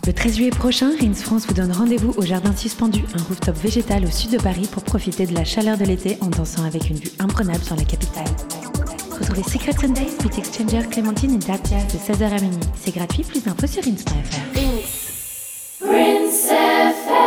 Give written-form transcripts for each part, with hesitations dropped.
Le 13 juillet prochain, Rins France vous donne rendez-vous au Jardin Suspendu, un rooftop végétal au sud de Paris pour profiter de la chaleur de l'été en dansant avec une vue imprenable sur la capitale. Retrouvez Secret Sundays, Beat Exchanger, Clémentine et Datia de 16h à minuit. C'est gratuit, plus d'infos sur rins.fr. Rinse FM.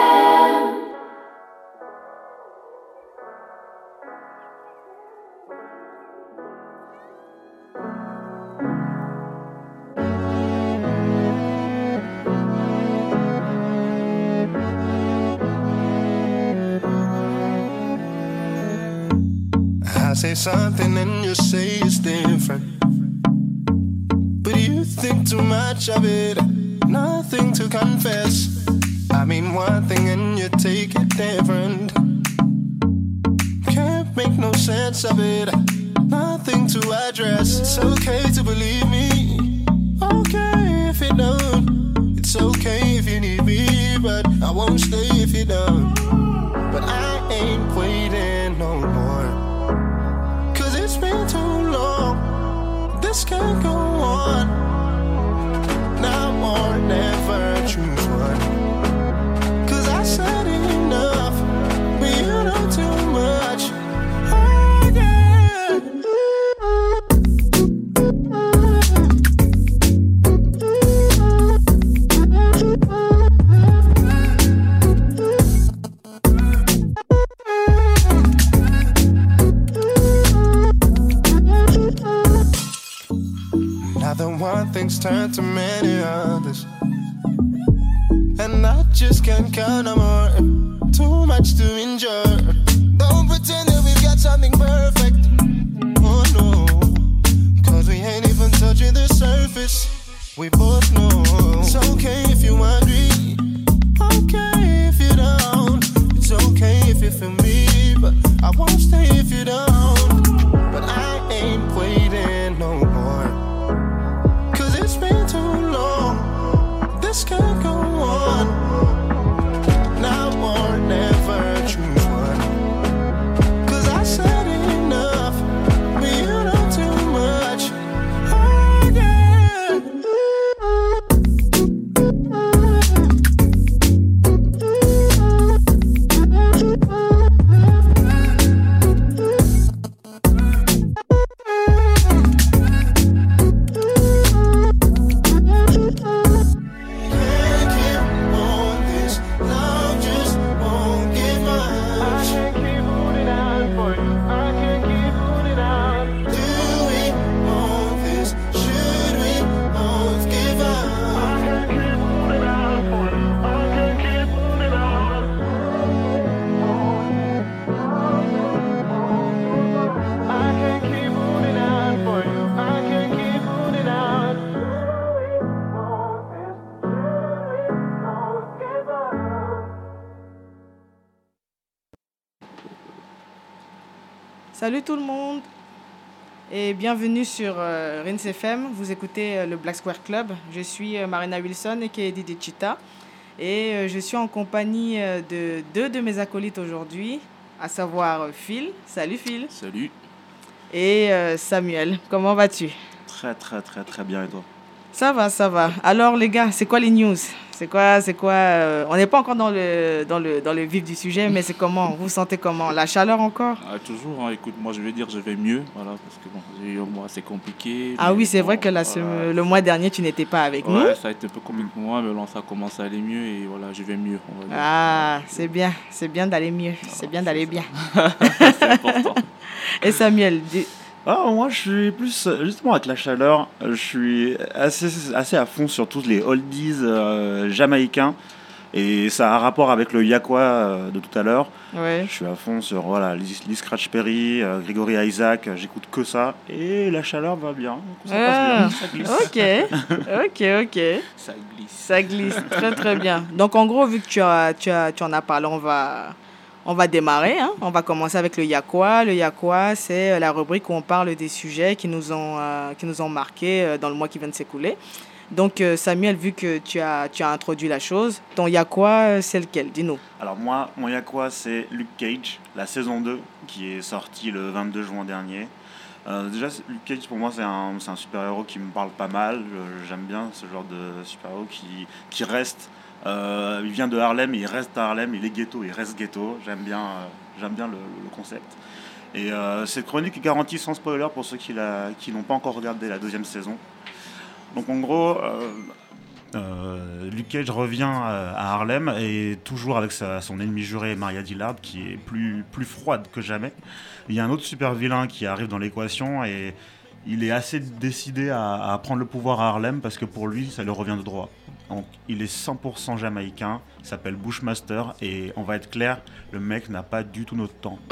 I say something and you say it's different, but you think too much of it, nothing to confess. I mean one thing and you take it different. Can't make no sense of it, nothing to address. It's okay to believe me, okay if you don't. It's okay if you need me, but I won't stay if you don't. But I ain't waiting no more, it's been too long, this can't go on. Now or never, choose one. Cause I said enough, but you know too much. Oh, yeah. One thing's turned to many others, and I just can't count no more. Too much to endure. Don't pretend that we've got something perfect. Oh no, cause we ain't even touching the surface. We both know it's okay if you agree, okay if you don't. It's okay if you feel me, but I won't stay if you don't. But I ain't waiting no more, it's been too long, this can't go on. Now or never, choose one. Cause I said enough, but you know too much. Oh yeah. Salut tout le monde et bienvenue sur Rinse FM. Vous écoutez le Black Square Club. Je suis Marina Wilson et Didi Chita et je suis en compagnie de deux de mes acolytes aujourd'hui, à savoir Phil. Salut Phil. Salut. Et Samuel. Comment vas-tu? Très bien, et toi? Ça va. Alors les gars, c'est quoi les news? C'est quoi on n'est pas encore dans le vif du sujet, mais c'est comment? Vous vous sentez comment? La chaleur encore? Toujours, hein. Écoute, moi je vais dire je vais mieux, voilà, parce que bon, j'ai eu un mois assez compliqué. Ah oui, c'est vrai que voilà. Le mois dernier, tu n'étais pas avec nous. Ouais, ça a été un peu compliqué pour moi, mais là, ça commence à aller mieux et voilà, je vais mieux. On va dire. Ah, c'est bien d'aller mieux, c'est bien d'aller bien. C'est important. Et Samuel, moi, je suis plus, justement, avec la chaleur, je suis assez à fond sur tous les oldies jamaïcains. Et ça a un rapport avec le Yakwa de tout à l'heure. Ouais. Je suis à fond sur Lee Scratch Perry, Gregory Isaac, j'écoute que ça. Et la chaleur va bien. Ça passe bien. Ça glisse. Ok. Ça glisse très bien. Donc, en gros, vu que tu en as parlé, on va démarrer, hein. On va commencer avec le Yakwa. Le Yakwa, c'est la rubrique où on parle des sujets qui nous ont marqués dans le mois qui vient de s'écouler. Donc, Samuel, vu que tu as introduit la chose, ton Yakwa, c'est lequel? Dis-nous. Alors moi, mon Yakwa, c'est Luke Cage, la saison 2, qui est sortie le 22 juin dernier. Déjà, Luke Cage, pour moi, c'est un super-héros qui me parle pas mal. J'aime bien ce genre de super-héros qui reste. Il vient de Harlem, il reste à Harlem, il est ghetto, il reste ghetto. J'aime bien le concept. Et cette chronique est garantie sans spoiler pour ceux qui n'ont pas encore regardé la 2e saison. Donc en gros, Luke Cage revient à Harlem et toujours avec son ennemi juré Maria Dillard qui est plus froide que jamais. Il y a un autre super vilain qui arrive dans l'équation et il est assez décidé à prendre le pouvoir à Harlem parce que pour lui ça lui revient de droit. Donc il est 100% jamaïcain, il s'appelle Bushmaster et on va être clair, le mec n'a pas du tout notre temps.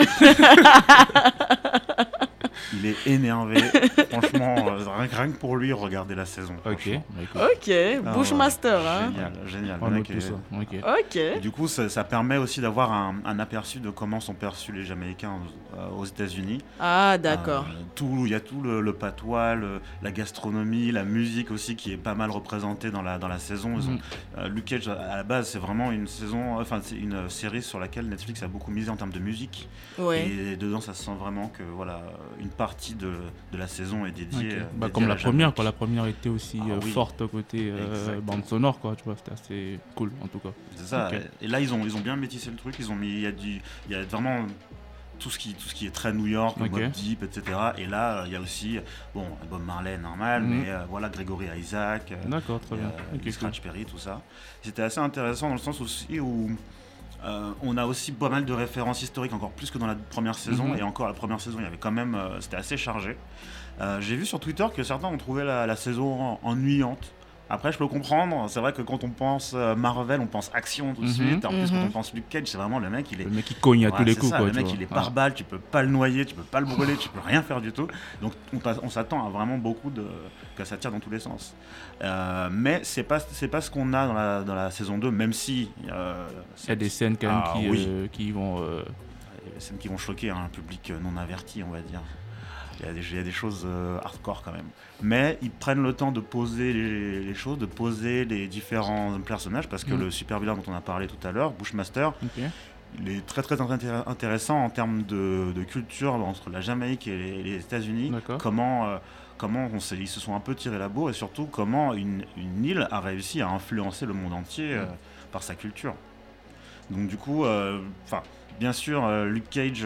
Il est énervé, franchement, rien que pour lui, regardez la saison. Ok, Bushmaster. Hein. Génial. On note tout ça. Ok. Et du coup, ça permet aussi d'avoir un aperçu de comment sont perçus les Jamaïcains aux États-Unis. Ah, d'accord. Il y a tout le patois, la gastronomie, la musique aussi qui est pas mal représentée dans la saison. Luke Cage, à la base, c'est vraiment c'est une série sur laquelle Netflix a beaucoup misé en termes de musique. Ouais. Et dedans, ça se sent vraiment que une partie de la saison est dédiée. Okay. Comme la première, quoi. La première était aussi forte côté bande sonore, quoi. Tu vois, c'était assez cool en tout cas. C'est ça. Okay. Et là, ils ont bien métissé le truc. Il y a vraiment tout ce qui est très New York, Mobb Deep, etc. Et là, il y a aussi Bob Marley normal, mais Gregory Isaac, d'accord, très bien. Scratch Perry, tout ça. C'était assez intéressant dans le sens aussi où on a aussi pas mal de références historiques, encore plus que dans la première saison. Et encore la première saison, il y avait quand même, c'était assez chargé. J'ai vu sur Twitter que certains ont trouvé la saison ennuyante. Après, je peux comprendre. C'est vrai que quand on pense Marvel, on pense action tout de suite. En plus, quand on pense Luke Cage, c'est vraiment le mec, le mec qui cogne à tous les coups. Le mec, il est par balle, tu peux pas le noyer, tu peux pas le brûler, tu peux rien faire du tout. Donc, on s'attend à vraiment beaucoup que ça tire dans tous les sens. Mais c'est pas ce qu'on a dans la saison 2, même si il y a des scènes quand même qui vont des scènes qui vont choquer un public non averti, on va dire. Il y a des choses hardcore quand même. Mais ils prennent le temps de poser les choses, de poser les différents personnages, parce que le super vilain dont on a parlé tout à l'heure, Bushmaster, il est très très intéressant en termes de culture entre la Jamaïque et les États-Unis. Comment ils se sont un peu tirés la bourre et surtout comment une île a réussi à influencer le monde entier par sa culture. Donc du coup, bien sûr, Luke Cage...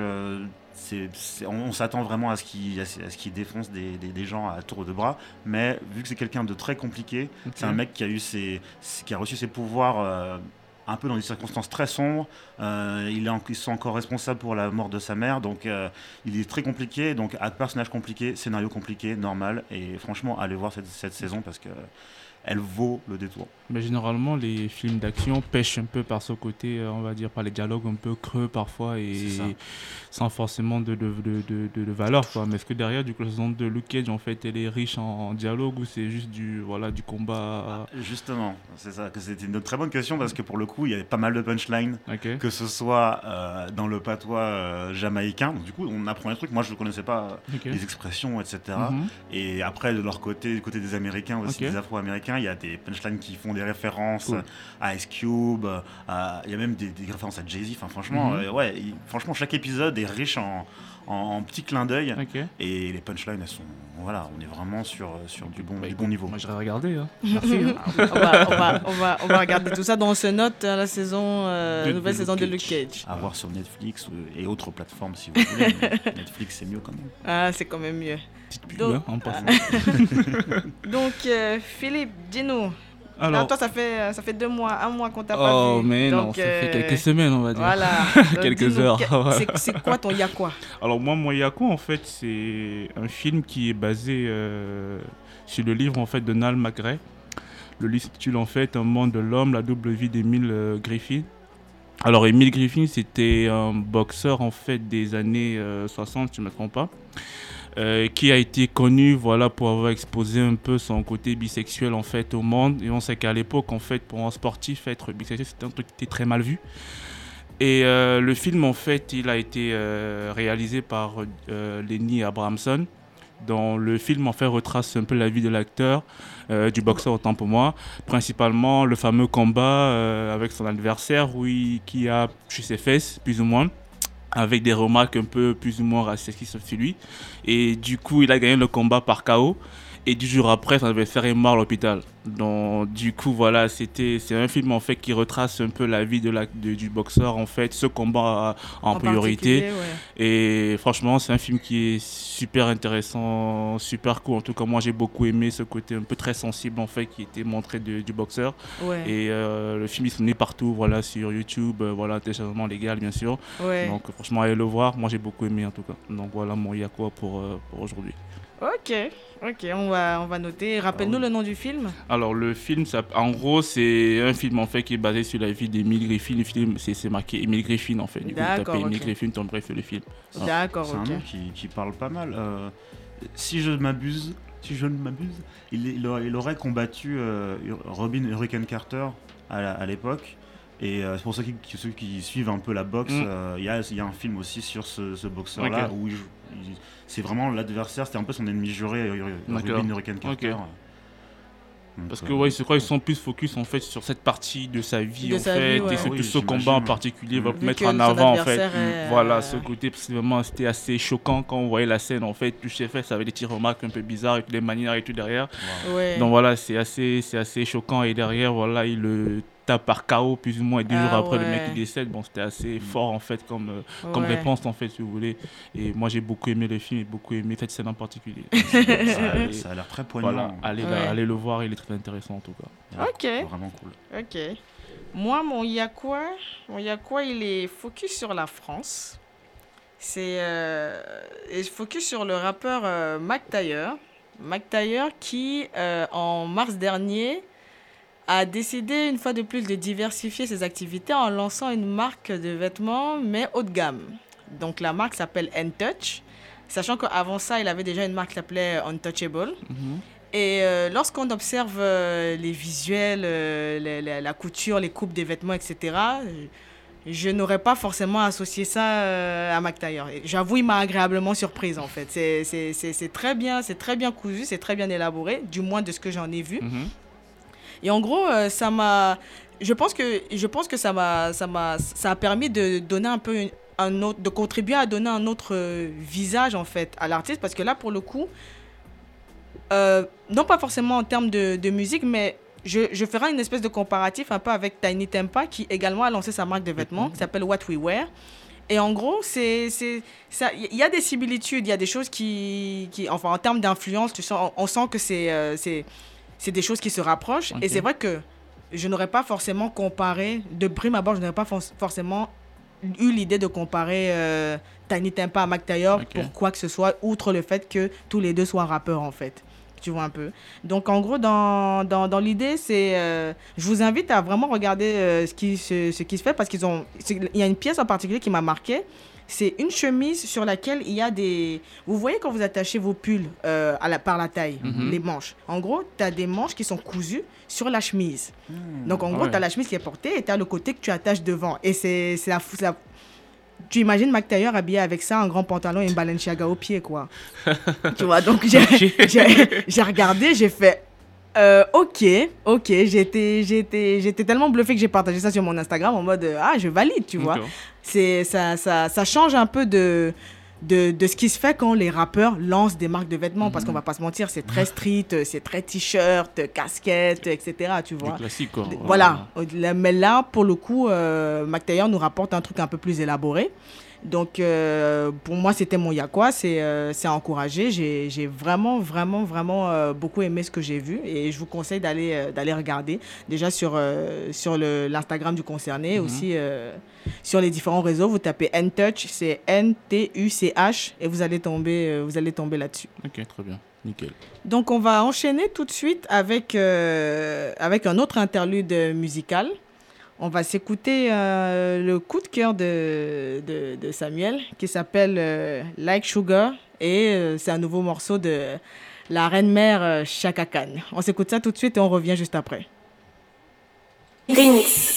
on s'attend vraiment à ce qu'il défonce des gens à tour de bras, mais vu que c'est quelqu'un de très compliqué, c'est un mec qui a reçu ses pouvoirs un peu dans des circonstances très sombres. Ils sont encore responsables pour la mort de sa mère, donc il est très compliqué. Donc personnage compliqué, scénario compliqué, normal. Et franchement, allez voir cette saison parce que elle vaut le détour. Mais généralement, les films d'action pêchent un peu par ce côté, on va dire, par les dialogues un peu creux parfois et sans forcément de valeur, quoi. Mais est-ce que derrière, du coup, la saison de Luke Cage, en fait, elle est riche en dialogue ou c'est juste du combat Justement, c'est ça. C'était une très bonne question parce que pour le coup, il y avait pas mal de punchlines, que ce soit dans le patois jamaïcain. Donc, du coup, on apprend des trucs. Moi, je ne connaissais pas les expressions, etc. Et après, de leur côté, du côté des Américains aussi, des Afro-Américains, il y a des punchlines qui font des références à Ice Cube, il y a même des références à Jay-Z. Enfin, franchement, franchement, chaque épisode est riche en petits clins d'œil. Et les punchlines, elles sont, on est vraiment sur du bon niveau. Moi, je vais regarder. Merci. On va regarder tout ça. Donc, on se note la saison, nouvelle saison de Luke Cage. À voir sur Netflix et autres plateformes si vous voulez. Netflix, c'est mieux quand même. Ah, c'est quand même mieux. En passant. Donc, Philippe, dis-nous. Alors, toi, ça fait un mois qu'on t'a pas vu. Oh, mais donc, non, ça fait quelques semaines, on va dire. Voilà. Quelques heures. C'est quoi ton Yakwa? Alors, moi, mon Yakwa, en fait, c'est un film qui est basé sur le livre, en fait, de Niall McRae. Le livre s'intitule, en fait, Un monde de l'homme, la double vie d'Emile Griffith. Alors, Emile Griffith, c'était un boxeur, en fait, des années 60, si je ne me trompe pas. Qui a été connu pour avoir exposé un peu son côté bisexuel en fait au monde, et on sait qu'à l'époque en fait pour un sportif être bisexuel c'était un truc qui était très mal vu, et le film en fait il a été réalisé par Lenny Abramson, dont le film en fait retrace un peu la vie de l'acteur, du boxeur autant pour moi, principalement le fameux combat avec son adversaire qui a touché ses fesses plus ou moins. avec des remarques un peu plus ou moins racistes sur lui. Et du coup, il a gagné le combat par KO. Et 10 jours après, son adversaire est mort à l'hôpital. Donc, du coup, voilà, c'est un film en fait qui retrace un peu la vie du boxeur, en fait, ce combat en priorité. Ouais. Et franchement, c'est un film qui est super intéressant, super cool. En tout cas, moi, j'ai beaucoup aimé ce côté un peu très sensible, en fait, qui était montré du boxeur. Ouais. Et le film, il se met partout, voilà, sur YouTube, voilà, téléchargement légal, bien sûr. Ouais. Donc, franchement, allez le voir. Moi, j'ai beaucoup aimé, en tout cas. Donc, voilà mon Yakwa pour aujourd'hui. Ok, on va noter. Rappelle-nous le nom du film. Alors le film, en gros, c'est un film en fait qui est basé sur la vie d'Emile Griffin. Le film, c'est marqué Emile Griffin en fait. Du coup, vous tapez Emile Griffin, tomberez sur le film. D'accord, c'est un nom qui parle pas mal. Si je ne m'abuse, il aurait combattu Robin Hurricane Carter à l'époque. Et c'est pour ça que ceux qui suivent un peu la boxe, il y a un film aussi sur ce boxeur-là où c'est vraiment l'adversaire, c'était un peu son ennemi juré, Robin Hurricane Carter. Parce que je crois qu'ils sont plus focus en fait sur cette partie de sa vie en fait, et surtout ce combat en particulier va mettre en avant en fait. Voilà, ce côté, parce que vraiment c'était assez choquant quand on voyait la scène en fait, du chef ça avait des petites remarques un peu bizarres et toutes les manières et tout derrière. Donc voilà, c'est assez choquant et derrière voilà, il le tape par KO plus ou moins et 2 jours après le mec il décède. Bon, c'était assez fort en fait comme réponse en fait si vous voulez. Et moi j'ai beaucoup aimé le film et beaucoup aimé cette scène en particulier. Ça a l'air très poignant. Voilà, allez le voir, il est très intéressant en tout cas. Ok. Vraiment cool. Ok. Moi mon Yakwa, il est focus sur la France. C'est focus sur le rappeur Mac Taylor qui en mars dernier a décidé une fois de plus de diversifier ses activités en lançant une marque de vêtements, mais haut de gamme. Donc la marque s'appelle N-Touch, sachant qu'avant ça, il avait déjà une marque qui s'appelait Untouchable. Et lorsqu'on observe les visuels, la couture, les coupes des vêtements, etc., je n'aurais pas forcément associé ça à Mac Taylor. J'avoue, il m'a agréablement surprise en fait. C'est très bien cousu, c'est très bien élaboré, du moins de ce que j'en ai vu. Et en gros, je pense que ça a permis de donner un peu de contribuer à donner un autre visage en fait à l'artiste, parce que là pour le coup, non pas forcément en termes de musique, mais je ferai une espèce de comparatif un peu avec Tiny Tempa qui également a lancé sa marque de vêtements qui s'appelle What We Wear. Et en gros, il y a des similitudes, il y a des choses qui enfin en termes d'influence, on sent que c'est des choses qui se rapprochent. Et c'est vrai que je n'aurais pas forcément comparé, de prime abord, je n'aurais pas forcément eu l'idée de comparer Tiny Tempa à Mac Taylor pour quoi que ce soit, outre le fait que tous les deux soient rappeurs en fait. Tu vois un peu. Donc en gros, dans l'idée, je vous invite à vraiment regarder ce qui se fait, parce il y a une pièce en particulier qui m'a marqué. C'est une chemise sur laquelle il y a des... Vous voyez quand vous attachez vos pulls par la taille, les manches. En gros, tu as des manches qui sont cousues sur la chemise. Donc en gros, tu as la chemise qui est portée et tu as le côté que tu attaches devant. Et c'est la... Tu imagines Mac Taylor habillé avec ça, un grand pantalon et une Balenciaga au pied, quoi. Tu vois, donc j'ai regardé, j'ai fait... ok, j'étais tellement bluffée que j'ai partagé ça sur mon Instagram en mode je valide, tu vois. Ça change un peu de ce qui se fait quand les rappeurs lancent des marques de vêtements, parce qu'on va pas se mentir, c'est très street, c'est très t-shirt, casquette, etc. Tu vois. Du classique, quoi. Voilà. Mais là, pour le coup, Mac Taylor nous rapporte un truc un peu plus élaboré. Donc, pour moi, c'était mon Yakwa, c'est à encourager. J'ai vraiment beaucoup aimé ce que j'ai vu, et je vous conseille d'aller regarder déjà sur l'Instagram du concerné, aussi sur les différents réseaux. Vous tapez N-Touch, c'est N-T-U-C-H, et vous allez tomber là-dessus. Ok, très bien, nickel. Donc, on va enchaîner tout de suite avec un autre interlude musical. On va s'écouter le coup de cœur de Samuel qui s'appelle Like Sugar, et c'est un nouveau morceau de la reine-mère Chaka Khan. On s'écoute ça tout de suite et on revient juste après. Remix.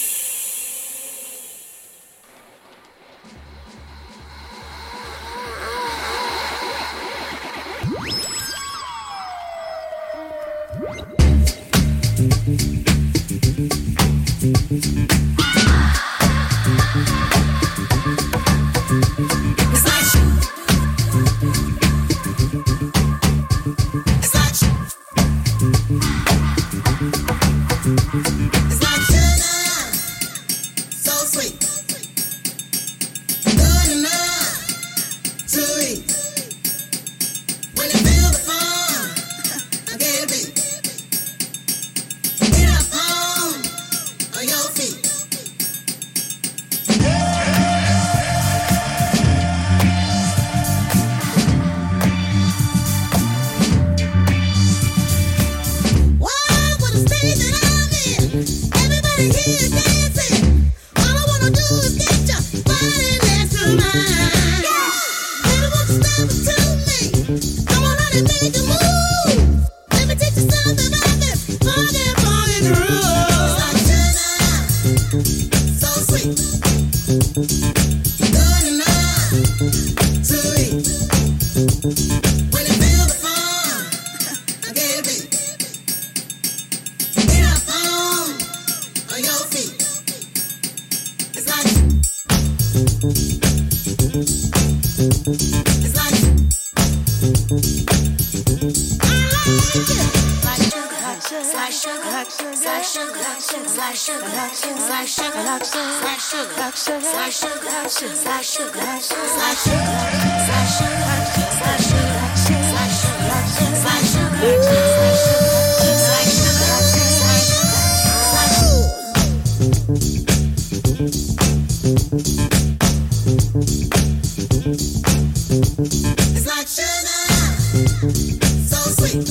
It's like sugar, so sweet,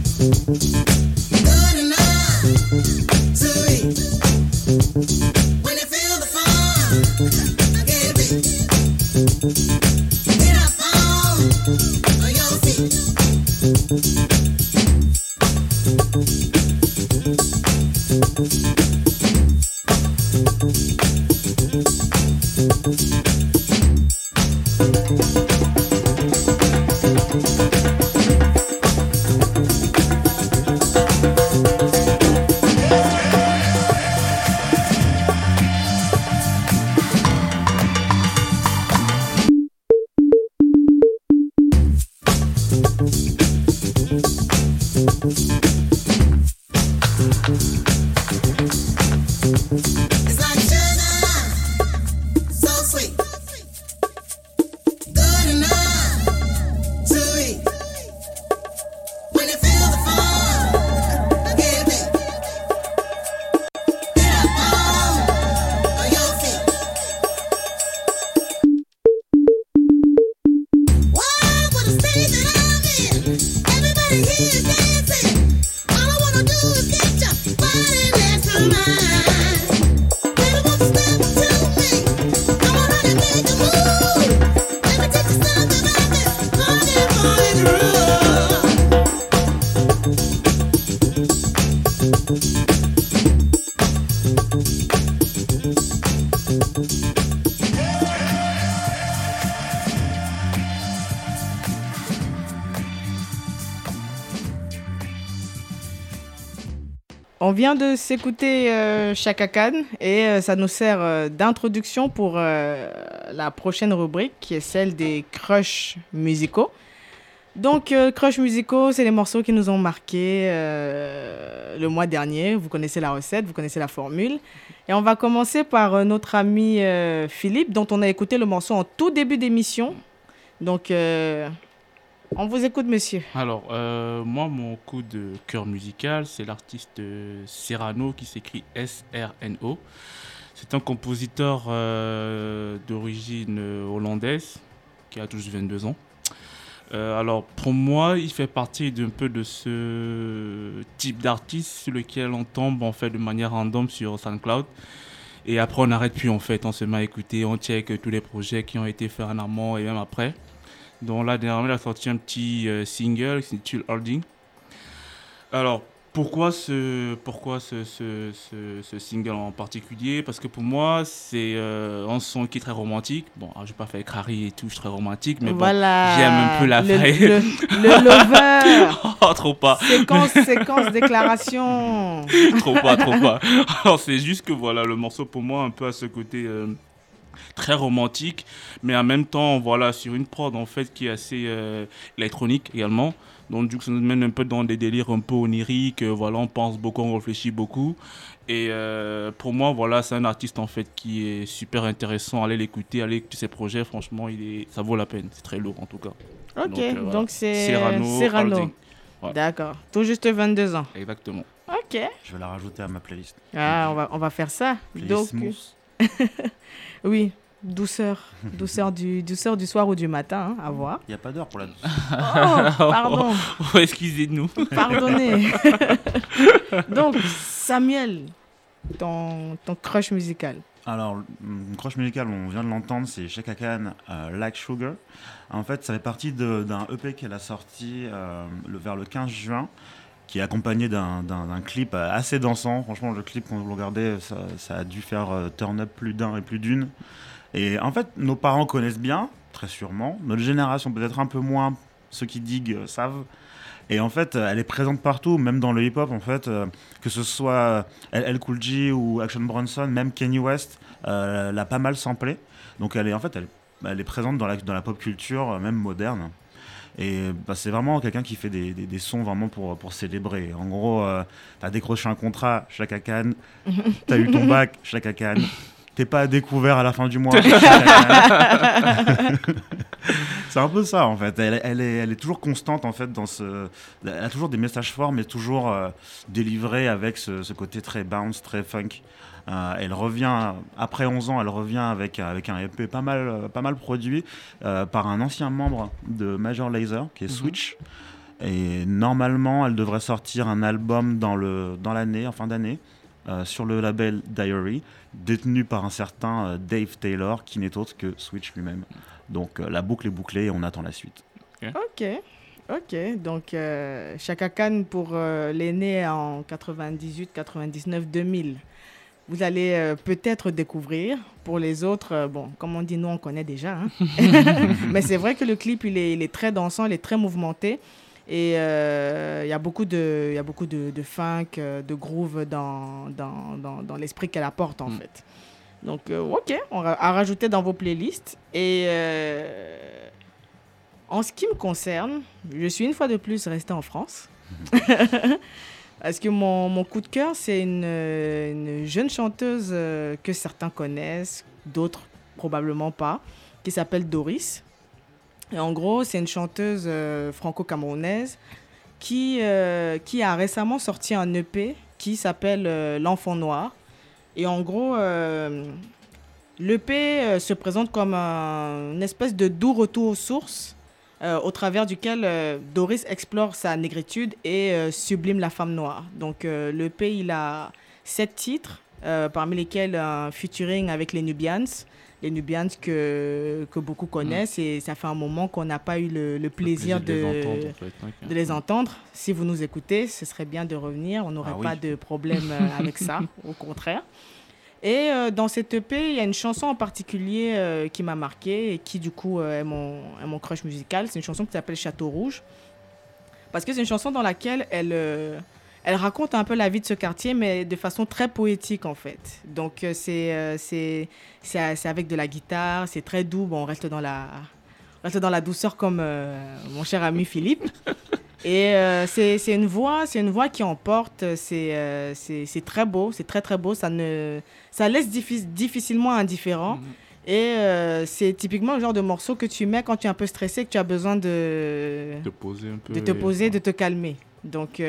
good enough to eat. When you feel the fun, get beat. Get up on your feet. It's like sugar, so sweet, good enough to eat. When you feel the fun, get beat. Get up on your feet. Why would the stage that I'm in? Everybody here is dancing. All I wanna do is get your body next to mine. Baby, won't you step to me? Come on and make a move. Let me take you something about this funky groove. On vient de s'écouter Chaka Khan et ça nous sert d'introduction pour la prochaine rubrique qui est celle des crushs musicaux. Donc, crushs musicaux, c'est les morceaux qui nous ont marqués le mois dernier. Vous connaissez la recette, vous connaissez la formule. Et on va commencer par notre ami Philippe, dont on a écouté le morceau en tout début d'émission. Donc, on vous écoute, monsieur. Alors, moi, mon coup de cœur musical, c'est l'artiste Serrano, qui s'écrit S-R-N-O. C'est un compositeur d'origine hollandaise qui a tout juste 22 ans. Alors, pour moi, il fait partie d'un peu de ce type d'artiste sur lequel on tombe en fait de manière random sur SoundCloud. Et après, on n'arrête plus en fait. On se met à écouter, on check tous les projets qui ont été faits en amont et même après. Donc là, dernièrement, il a sorti un petit single qui s'intitule Holding. Alors, pourquoi ce single en particulier? Parce que pour moi, c'est un son qui est très romantique. Bon, je ne vais pas faire Crary et tout, je suis très romantique, mais Voilà, bon, j'aime un peu la vibe. Le lover. Oh, trop pas. Séquence déclaration. Trop pas. Alors, c'est juste que voilà, le morceau pour moi, un peu à ce côté très romantique, mais en même temps, voilà, sur une prod en fait qui est assez électronique également. Donc, du coup, ça nous mène un peu dans des délires un peu oniriques. Voilà, on pense beaucoup, on réfléchit beaucoup. Et pour moi, voilà, c'est un artiste en fait qui est super intéressant. Allez l'écouter, allez écouter ses projets. Franchement, ça vaut la peine. C'est très lourd en tout cas. Ok, voilà. donc c'est Serrano. Voilà. D'accord, tout juste 22 ans. Exactement. Ok. Je vais la rajouter à ma playlist. Ah, on va faire ça. Playlist Donc, smooth. oui, douceur du soir ou du matin, hein, à voir. Il n'y a pas d'heure pour la douce. Oh, pardon. Oh, excusez-nous. Pardonnez. Donc, Samuel, ton crush musical. Alors, une crush musicale, on vient de l'entendre, c'est Chaka Khan, Like Sugar. En fait, ça fait partie d'un EP qu'elle a sorti vers le 15 juin, qui est accompagné d'un clip assez dansant. Franchement, le clip, quand vous le regardez, ça a dû faire turn up plus d'un et plus d'une. Et en fait, nos parents connaissent bien, très sûrement. Notre génération, peut-être un peu moins, ceux qui diguent savent. Et en fait, elle est présente partout, même dans le hip-hop, en fait, que ce soit LL Cool J ou Action Bronson, même Kanye West, l'a pas mal samplé. Donc, elle est présente dans la pop culture, même moderne. Et c'est vraiment quelqu'un qui fait des sons vraiment pour célébrer. En gros, t'as décroché un contrat, Chaka Khan, t'as eu ton bac, Chaka Khan, t'es pas à découvert à la fin du mois, Chaka Khan. C'est un peu ça en fait. Elle est toujours constante en fait elle a toujours des messages forts, mais toujours délivrés avec ce côté très bounce, très funk. Elle revient, après 11 ans, elle revient avec un EP pas mal produit par un ancien membre de Major Lazer, qui est Switch. Et normalement, elle devrait sortir un album dans l'année, en fin d'année, sur le label Diary, détenu par un certain Dave Taylor, qui n'est autre que Switch lui-même. Donc la boucle est bouclée et on attend la suite. Ok, donc Chaka Khan pour les nés en 98, 99, 2000. Vous allez peut-être découvrir. Pour les autres, comme on dit, nous, on connaît déjà. Hein. Mais c'est vrai que le clip, il est très dansant, il est très mouvementé. Et il y a beaucoup de funk, de groove dans l'esprit qu'elle apporte, en fait. Donc, ok, on va rajouter dans vos playlists. Et en ce qui me concerne, je suis une fois de plus restée en France. Parce que mon coup de cœur, c'est une jeune chanteuse que certains connaissent, d'autres probablement pas, qui s'appelle Doris. Et en gros, c'est une chanteuse franco-camerounaise qui a récemment sorti un EP qui s'appelle L'Enfant Noir. Et en gros, l'EP se présente comme une espèce de doux retour aux sources, au travers duquel Doris explore sa négritude et sublime la femme noire. Donc l'EP, il a 7 titres, parmi lesquels un featuring avec les Nubians. Les Nubians que beaucoup connaissent, et ça fait un moment qu'on n'a pas eu le plaisir de les entendre. Si vous nous écoutez, ce serait bien de revenir, on n'aurait pas de problème avec ça, au contraire. Et dans cette EP, il y a une chanson en particulier qui m'a marquée et qui, du coup, est mon crush musical. C'est une chanson qui s'appelle Château Rouge. Parce que c'est une chanson dans laquelle elle raconte un peu la vie de ce quartier, mais de façon très poétique, en fait. Donc, c'est avec de la guitare, c'est très doux. Bon, on reste dans la douceur comme mon cher ami Philippe. Et c'est une voix qui emporte, c'est très beau, c'est très très beau, ça laisse difficilement indifférent. Et c'est typiquement le genre de morceau que tu mets quand tu es un peu stressé, que tu as besoin de te poser, de te calmer. Donc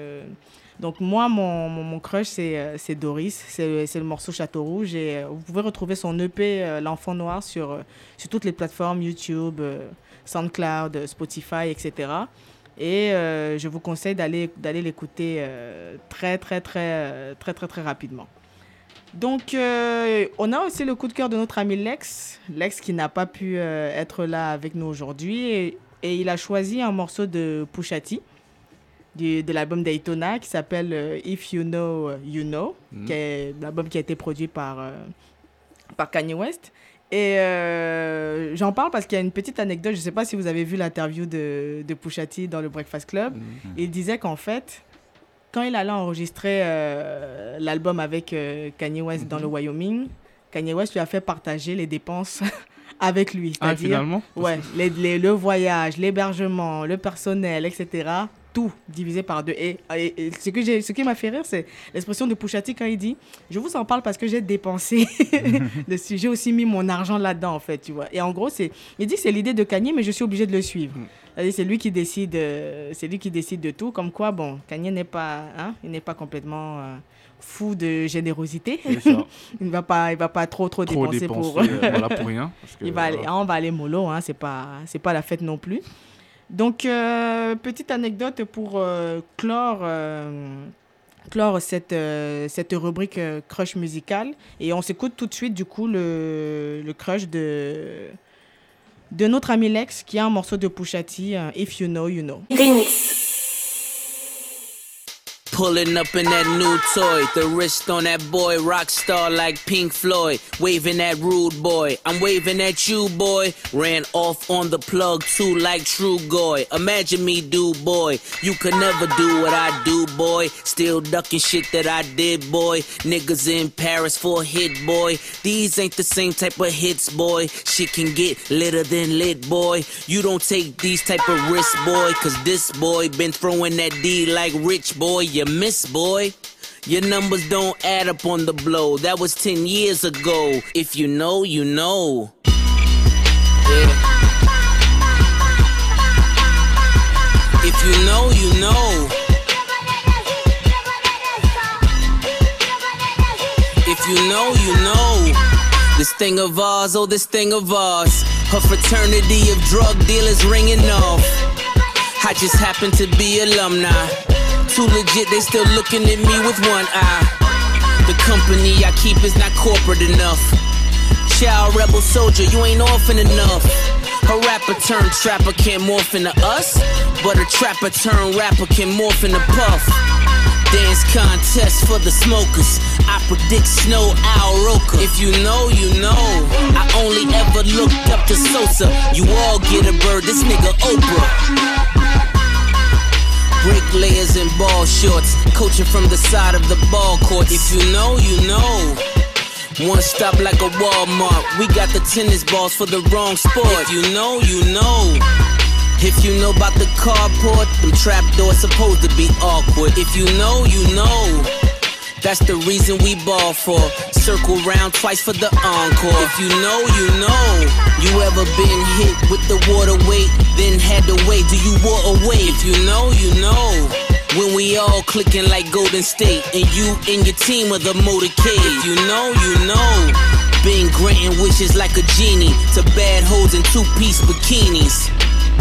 moi, mon crush, c'est Doris, c'est le morceau Château Rouge, et vous pouvez retrouver son EP L'Enfant Noir sur toutes les plateformes YouTube, SoundCloud, Spotify, etc. Et je vous conseille d'aller l'écouter très rapidement. Donc, on a aussi le coup de cœur de notre ami Lex qui n'a pas pu être là avec nous aujourd'hui. Et il a choisi un morceau de Pusha T, de l'album Daytona, qui s'appelle If You Know, You Know, qui est l'album qui a été produit par Kanye West. Et j'en parle parce qu'il y a une petite anecdote. Je ne sais pas si vous avez vu l'interview de Pusha T dans le Breakfast Club. Il disait qu'en fait, quand il allait enregistrer l'album avec Kanye West dans le Wyoming, Kanye West lui a fait partager les dépenses avec lui. C'est-à-dire, finalement le voyage, l'hébergement, le personnel, etc., tout divisé par 2. Et ce qui m'a fait rire, c'est l'expression de Pusha T quand il dit « Je vous en parle parce que j'ai dépensé dessus. J'ai aussi mis mon argent là-dedans, en fait. » Tu vois. Et en gros, il dit que c'est l'idée de Kanye, mais je suis obligé de le suivre. C'est lui qui décide de tout. Comme quoi, bon, Kanye n'est pas complètement fou de générosité. Il ne va pas trop dépenser pour rien. Parce que, on va aller mollo, hein, c'est pas la fête non plus. Donc, petite anecdote pour clore cette rubrique crush musicale. Et on s'écoute tout de suite, du coup, le crush de notre ami Lex, qui a un morceau de Pusha T, If You Know, You Know. Pulling up in that new toy, the wrist on that boy, rock star like Pink Floyd, waving at rude boy, I'm waving at you boy, ran off on the plug too like True Goy, imagine me do boy, you could never do what I do boy, still ducking shit that I did boy, niggas in Paris for a hit boy, these ain't the same type of hits boy, shit can get litter than lit boy, you don't take these type of risks boy, cause this boy been throwing that D like Rich boy, you miss boy. Your numbers don't add up on the blow. That was 10 years ago. If you know, you know. Yeah. If you know, you know. If you know, you know. This thing of ours, oh this thing of ours. Her fraternity of drug dealers ringing off. I just happen to be alumni. Too legit, they still looking at me with one eye. The company I keep is not corporate enough. Child rebel soldier, you ain't orphan enough. A rapper turned trapper can't morph into us, but a trapper turned rapper can morph into Puff. Dance contest for the smokers. I predict Snow Al Roker. If you know, you know. I only ever looked up to Sosa. You all get a bird, this nigga Oprah. Bricklayers in ball shorts, coaching from the side of the ball court. If you know, you know. One stop like a Walmart. We got the tennis balls for the wrong sport. If you know, you know. If you know about the carport, them trap doors supposed to be awkward. If you know, you know. That's the reason we ball for. Circle round twice for the encore. If you know, you know. You ever been hit with the water weight, then had to wait till you wore away. If you know, you know. When we all clicking like Golden State, and you and your team are the motorcade. If you know, you know. Been granting wishes like a genie to bad hoes in two-piece bikinis.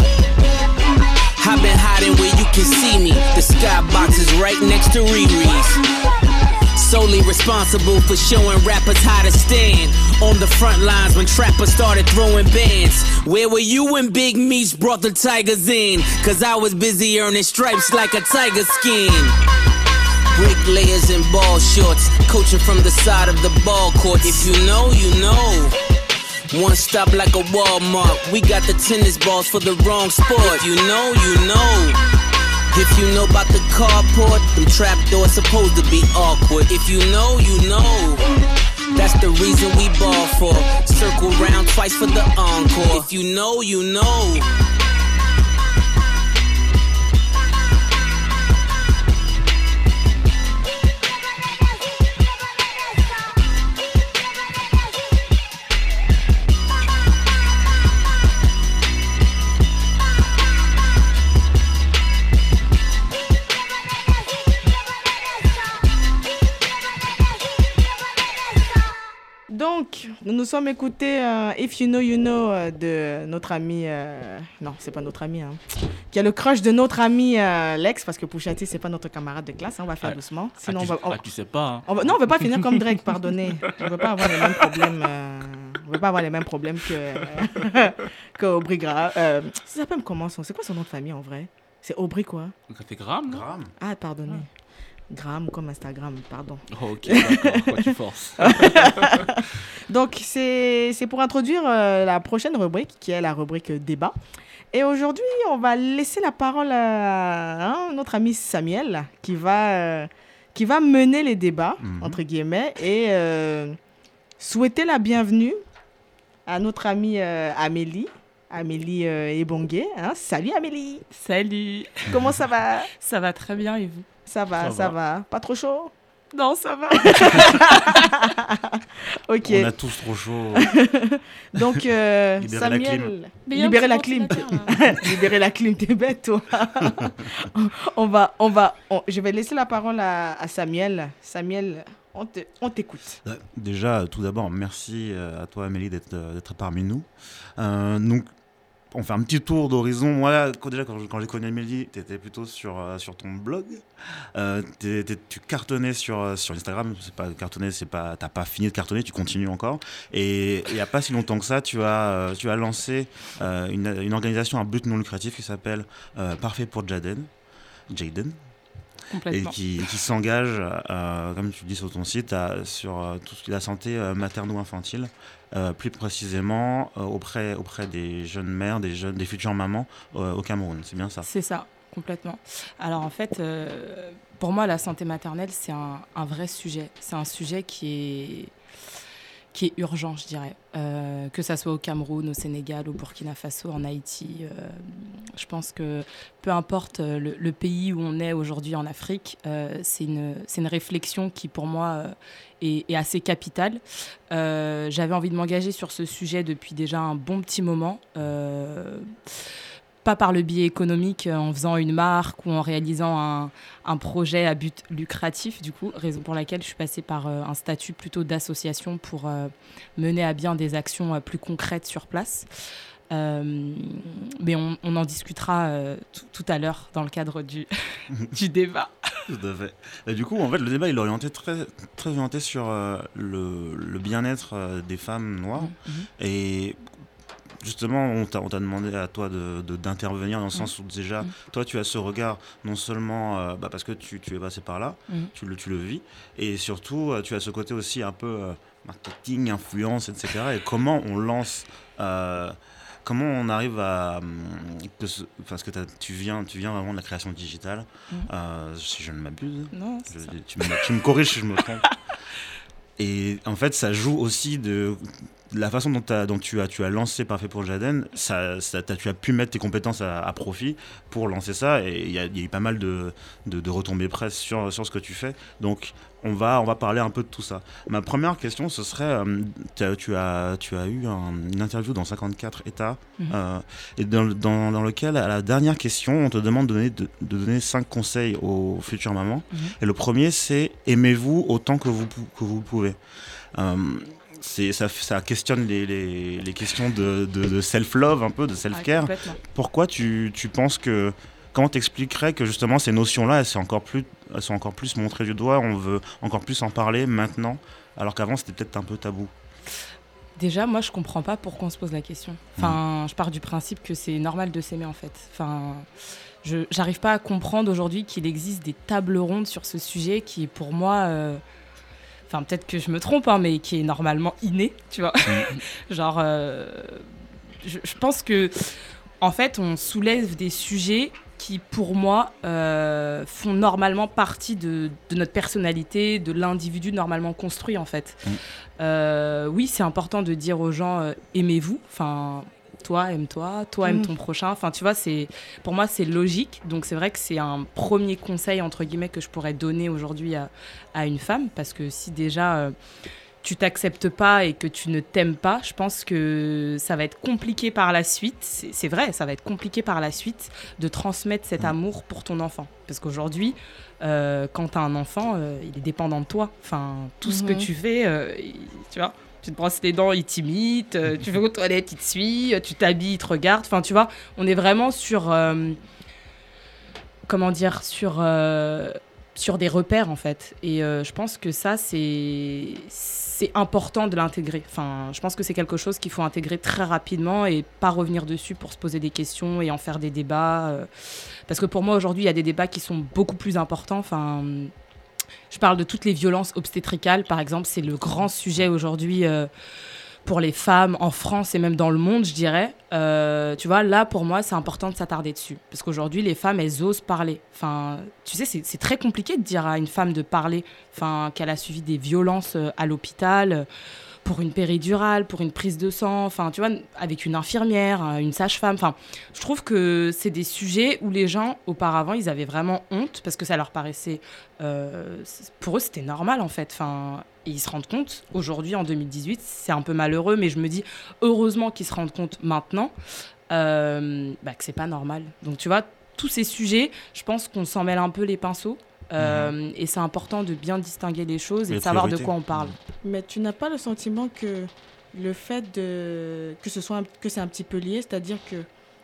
I've been hiding where you can see me. The skybox is right next to Riri's. Solely responsible for showing rappers how to stand on the front lines when trappers started throwing bands. Where were you when Big Meech brought the Tigers in? Cause I was busy earning stripes like a tiger skin. Bricklayers in ball shorts, coaching from the side of the ball court. If you know, you know. One stop like a Walmart. We got the tennis balls for the wrong sport. If you know, you know. If you know about the carport, them trap doors supposed to be awkward. If you know, you know. That's the reason we ball for. Circle round twice for the encore. If you know, you know. Donc, nous nous sommes écoutés If You Know You Know de notre ami... non, c'est pas notre ami. Hein, qui a le crush de notre ami Lex, parce que Pouchati, c'est pas notre camarade de classe. Hein, on va faire doucement. Sinon, tu sais pas. Hein. Non, on veut pas finir comme Drake, pardonnez. On veut pas avoir les mêmes problèmes. On veut pas avoir les mêmes problèmes que Aubry Graham. Ça s'appelle comment c'est quoi son nom de famille en vrai? C'est Aubry quoi? C'est Graham, non? Ah, pardonnez. Graham comme Instagram, pardon. Oh, ok, d'accord, quoi, tu forces. Donc, c'est pour introduire la prochaine rubrique, qui est la rubrique débat. Et aujourd'hui, on va laisser la parole à notre ami Samuel, qui va mener les débats, entre guillemets, et souhaiter la bienvenue à notre amie Amélie. Amélie Ebongué. Hein. Salut Amélie. Salut. Comment ça va? Ça va très bien et vous? Ça va. Pas trop chaud? Non, ça va. Ok. On a tous trop chaud. Donc, Samuel, libérer la clim. Libérer la clim, t'es bête, toi. Je vais laisser la parole à Samuel. Samuel, on t'écoute. Déjà, tout d'abord, merci à toi, Amélie, d'être parmi nous. Donc, on fait un petit tour d'horizon. Moi, déjà, quand j'ai connu Amélie, tu étais plutôt sur ton blog. Tu cartonnais sur Instagram. C'est pas cartonner, t'as pas fini de cartonner, tu continues encore. Et il n'y a pas si longtemps que ça, tu as lancé une organisation à but non lucratif qui s'appelle Parfait pour Jaden. Complètement. Et qui s'engage, comme tu dis sur ton site, sur toute la santé materno-infantile, plus précisément auprès des jeunes mères, des futures mamans au Cameroun. C'est bien ça? C'est ça, complètement. Alors en fait, pour moi, la santé maternelle, c'est un vrai sujet. C'est un sujet qui est urgent, je dirais. Que ça soit au Cameroun, au Sénégal, au Burkina Faso, en Haïti. Je pense que peu importe le pays où on est aujourd'hui en Afrique, c'est une réflexion qui, pour moi, est assez capitale. J'avais envie de m'engager sur ce sujet depuis déjà un bon petit moment. Pas par le biais économique, en faisant une marque ou en réalisant un projet à but lucratif, du coup, raison pour laquelle je suis passée par un statut plutôt d'association pour mener à bien des actions plus concrètes sur place. Mais on en discutera tout à l'heure dans le cadre du débat. Tout à fait. Et du coup, en fait, le débat il est orienté très orienté sur le bien-être des femmes noires. Et justement, on t'a demandé à toi d'intervenir dans le sens où déjà, toi, tu as ce regard non seulement parce que tu es passé par là, tu le vis, et surtout, tu as ce côté aussi un peu marketing, influence, etc. Et comment on lance, comment on arrive à... parce que tu viens vraiment de la création digitale, si je ne m'abuse. Non, tu me corriges si je me trompe. Et en fait, ça joue aussi de la façon dont tu as lancé Parfait pour Jaden. Tu as pu mettre tes compétences à profit pour lancer ça. Et il y a eu pas mal de retombées presse sur ce que tu fais. Donc, on va parler un peu de tout ça. Ma première question, ce serait, tu as eu une interview dans 54 États, et dans lequel, à la dernière question, on te demande de donner 5 conseils aux futures mamans. Et le premier, c'est « Aimez-vous autant que vous pouvez ». Ça questionne les questions de self-love, un peu, de self-care. Pourquoi tu penses que... Comment t'expliquerais que justement ces notions-là, elles sont encore plus montrées du doigt, on veut encore plus en parler maintenant, alors qu'avant c'était peut-être un peu tabou? Déjà, moi je comprends pas pourquoi on se pose la question. Enfin, je pars du principe que c'est normal de s'aimer en fait. Enfin, j'arrive pas à comprendre aujourd'hui qu'il existe des tables rondes sur ce sujet qui est pour moi... Enfin, peut-être que je me trompe, hein, mais qui est normalement inné, tu vois. Genre, je pense que, en fait, on soulève des sujets qui, pour moi, font normalement partie de notre personnalité, de l'individu normalement construit, en fait. Oui, c'est important de dire aux gens aimez-vous. Enfin, toi, aime-toi. Toi, aime ton prochain. Enfin, tu vois, pour moi, c'est logique. Donc, c'est vrai que c'est un premier conseil, entre guillemets, que je pourrais donner aujourd'hui à une femme. Parce que si déjà... tu t'acceptes pas et que tu ne t'aimes pas, je pense que ça va être compliqué par la suite. C'est vrai, ça va être compliqué par la suite de transmettre cet amour pour ton enfant. Parce qu'aujourd'hui, quand tu as un enfant, il est dépendant de toi. Enfin, tout ce que tu fais, tu vois, tu te brosses les dents, il t'imite, tu vas aux toilettes, il te suit, tu t'habilles, il te regarde. Enfin, tu vois, on est vraiment sur... comment dire, sur des repères, en fait. Et je pense que ça, c'est important de l'intégrer. Enfin, je pense que c'est quelque chose qu'il faut intégrer très rapidement et pas revenir dessus pour se poser des questions et en faire des débats. Parce que pour moi, aujourd'hui, il y a des débats qui sont beaucoup plus importants. Enfin, je parle de toutes les violences obstétricales, par exemple. C'est le grand sujet aujourd'hui pour les femmes en France et même dans le monde, je dirais. Tu vois, là, pour moi, c'est important de s'attarder dessus. Parce qu'aujourd'hui, les femmes, elles osent parler. Enfin, tu sais, c'est très compliqué de dire à une femme de parler, enfin, qu'elle a subi des violences à l'hôpital, pour une péridurale, pour une prise de sang, enfin, tu vois, avec une infirmière, une sage-femme. Enfin, je trouve que c'est des sujets où les gens, auparavant, ils avaient vraiment honte parce que ça leur paraissait... pour eux, c'était normal, en fait. Enfin, et ils se rendent compte, aujourd'hui, en 2018, c'est un peu malheureux, mais je me dis, heureusement qu'ils se rendent compte maintenant que c'est pas normal. Donc, tu vois, tous ces sujets, je pense qu'on s'en mêle un peu les pinceaux. Et c'est important de bien distinguer les choses et de savoir de quoi on parle. Mais tu n'as pas le sentiment que le fait que c'est un petit peu lié, c'est-à-dire que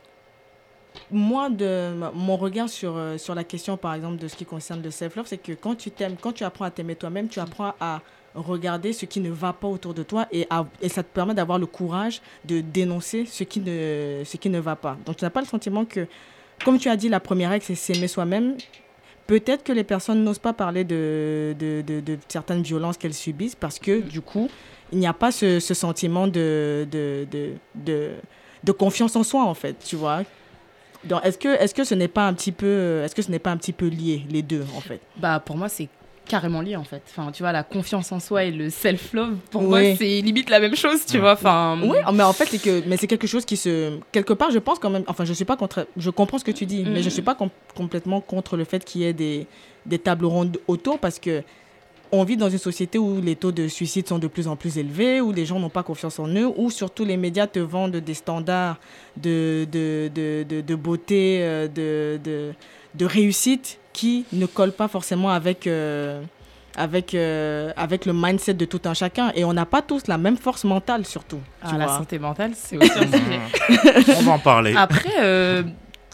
moi, mon regard sur la question, par exemple, de ce qui concerne le self-love, c'est que quand tu t'aimes, quand tu apprends à t'aimer toi-même, tu apprends à regarder ce qui ne va pas autour de toi et ça te permet d'avoir le courage de dénoncer ce qui ne va pas. Donc, tu n'as pas le sentiment que, comme tu as dit, la première règle, c'est s'aimer soi-même. peut-être que les personnes n'osent pas parler de certaines violences qu'elles subissent parce que, du coup, il n'y a pas ce sentiment de confiance en soi, en fait, tu vois. Donc, est-ce que ce n'est pas un petit peu lié, les deux, en fait? Bah, pour moi, c'est carrément lié, en fait. Enfin, tu vois, la confiance en soi et le self-love, pour moi, c'est limite la même chose, tu vois. Enfin... Oui, mais en fait, c'est quelque chose qui se... Quelque part, je pense quand même... Enfin, je suis pas contre... Je comprends ce que tu dis, mais je suis pas complètement contre le fait qu'il y ait des tables rondes autour parce que on vit dans une société où les taux de suicide sont de plus en plus élevés, où les gens n'ont pas confiance en eux, où surtout les médias te vendent des standards de beauté, de réussite qui ne collent pas forcément avec le mindset de tout un chacun. Et on n'a pas tous la même force mentale, surtout. La santé mentale, c'est aussi un sujet. On va en parler. Après,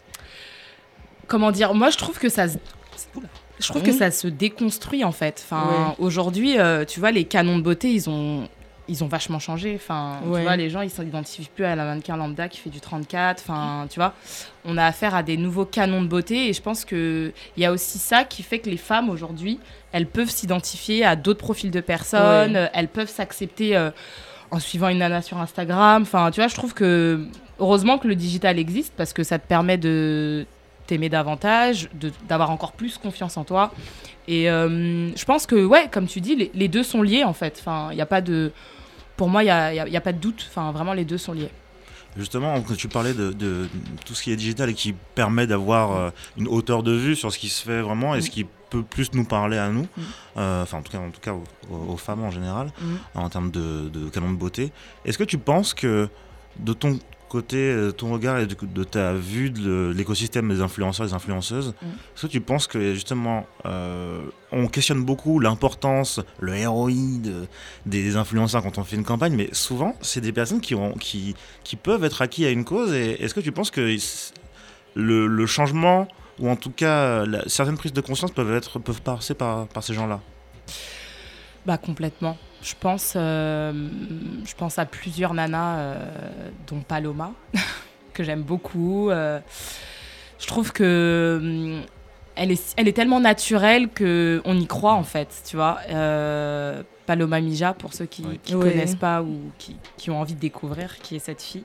comment dire, moi je trouve que ça se déconstruit en fait. Enfin, aujourd'hui, tu vois, les canons de beauté, ils ont vachement changé. Enfin, tu vois, les gens, ils s'identifient plus à la mannequin lambda qui fait du 34. Enfin, tu vois, on a affaire à des nouveaux canons de beauté et je pense qu'il y a aussi ça qui fait que les femmes aujourd'hui, elles peuvent s'identifier à d'autres profils de personnes, elles peuvent s'accepter en suivant une nana sur Instagram. Enfin, tu vois, je trouve que heureusement que le digital existe parce que ça te permet de t'aimer davantage, d'avoir encore plus confiance en toi. Et je pense que, comme tu dis, les deux sont liés, en fait. Enfin, il n'y a pas de... Pour moi, il y a pas de doute. Enfin, vraiment, les deux sont liés. Justement, quand tu parlais de tout ce qui est digital et qui permet d'avoir une hauteur de vue sur ce qui se fait vraiment et ce qui peut plus nous parler à nous, enfin, en tout cas aux femmes en général, en termes de canon de beauté, est-ce que tu penses que de ton côté, ton regard et de ta vue de l'écosystème des influenceurs et des influenceuses, est-ce que tu penses que justement on questionne beaucoup l'importance, le ROI des influenceurs quand on fait une campagne, mais souvent c'est des personnes qui peuvent être acquis à une cause, et est-ce que tu penses que le changement, ou en tout cas certaines prises de conscience peuvent passer par ces gens-là? Bah complètement. Je pense à plusieurs nanas, dont Paloma, que j'aime beaucoup. Je trouve que elle est tellement naturelle qu'on y croit, en fait, tu vois. Paloma Mija, pour ceux qui connaissent pas ou qui ont envie de découvrir qui est cette fille,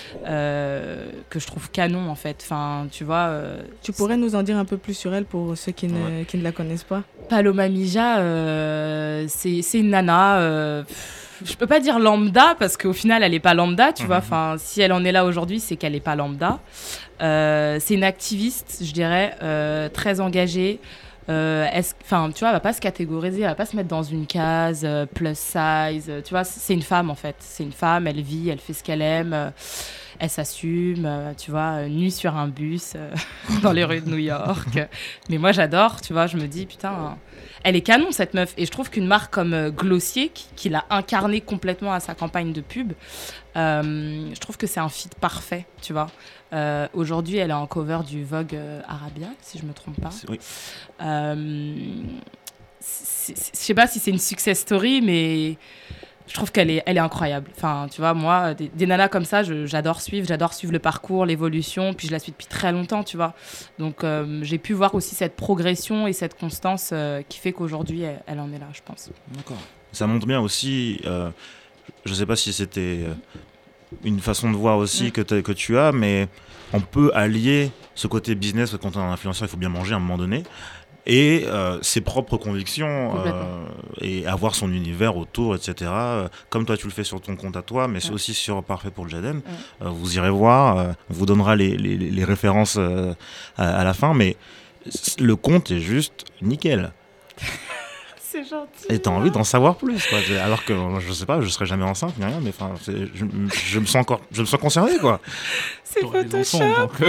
que je trouve canon, en fait. Enfin, tu vois... Tu pourrais nous en dire un peu plus sur elle pour ceux qui ne la connaissent pas? Paloma Mija, c'est une nana... je peux pas dire lambda, parce qu'au final, elle est pas lambda, tu vois. Enfin, si elle en est là aujourd'hui, c'est qu'elle est pas lambda. C'est une activiste, je dirais, très engagée. Enfin, tu vois, elle va pas se catégoriser, elle va pas se mettre dans une case plus size. Tu vois, c'est une femme, en fait. C'est une femme, elle vit, elle fait ce qu'elle aime. Elle s'assume, tu vois, nue sur un bus dans les rues de New York. Mais moi, j'adore, tu vois, je me dis, putain, elle est canon, cette meuf. Et je trouve qu'une marque comme Glossier, qui l'a incarnée complètement à sa campagne de pub, je trouve que c'est un feat parfait, tu vois. Aujourd'hui, elle est en cover du Vogue Arabia, si je me trompe pas. Oui. Je sais pas si c'est une success story, mais... Je trouve qu'elle est incroyable. Enfin, tu vois, moi, des nanas comme ça, j'adore suivre le parcours, l'évolution, puis je la suis depuis très longtemps, tu vois. Donc, j'ai pu voir aussi cette progression et cette constance qui fait qu'aujourd'hui, elle en est là, je pense. D'accord. Ça montre bien aussi, je sais pas si c'était une façon de voir aussi que tu as, mais on peut allier ce côté business, quand on est un influenceur, il faut bien manger à un moment donné, et ses propres convictions et avoir son univers autour, etc. Comme toi tu le fais sur ton compte à toi, mais c'est aussi sur Parfait pour le Jaden. Vous irez voir, on vous donnera les références à la fin, mais le compte est juste nickel. C'est gentil. Et t'as envie d'en savoir plus, quoi. Alors que je sais pas, je serais jamais enceinte ni rien, mais enfin, je me sens concerné, quoi. C'est Photoshop.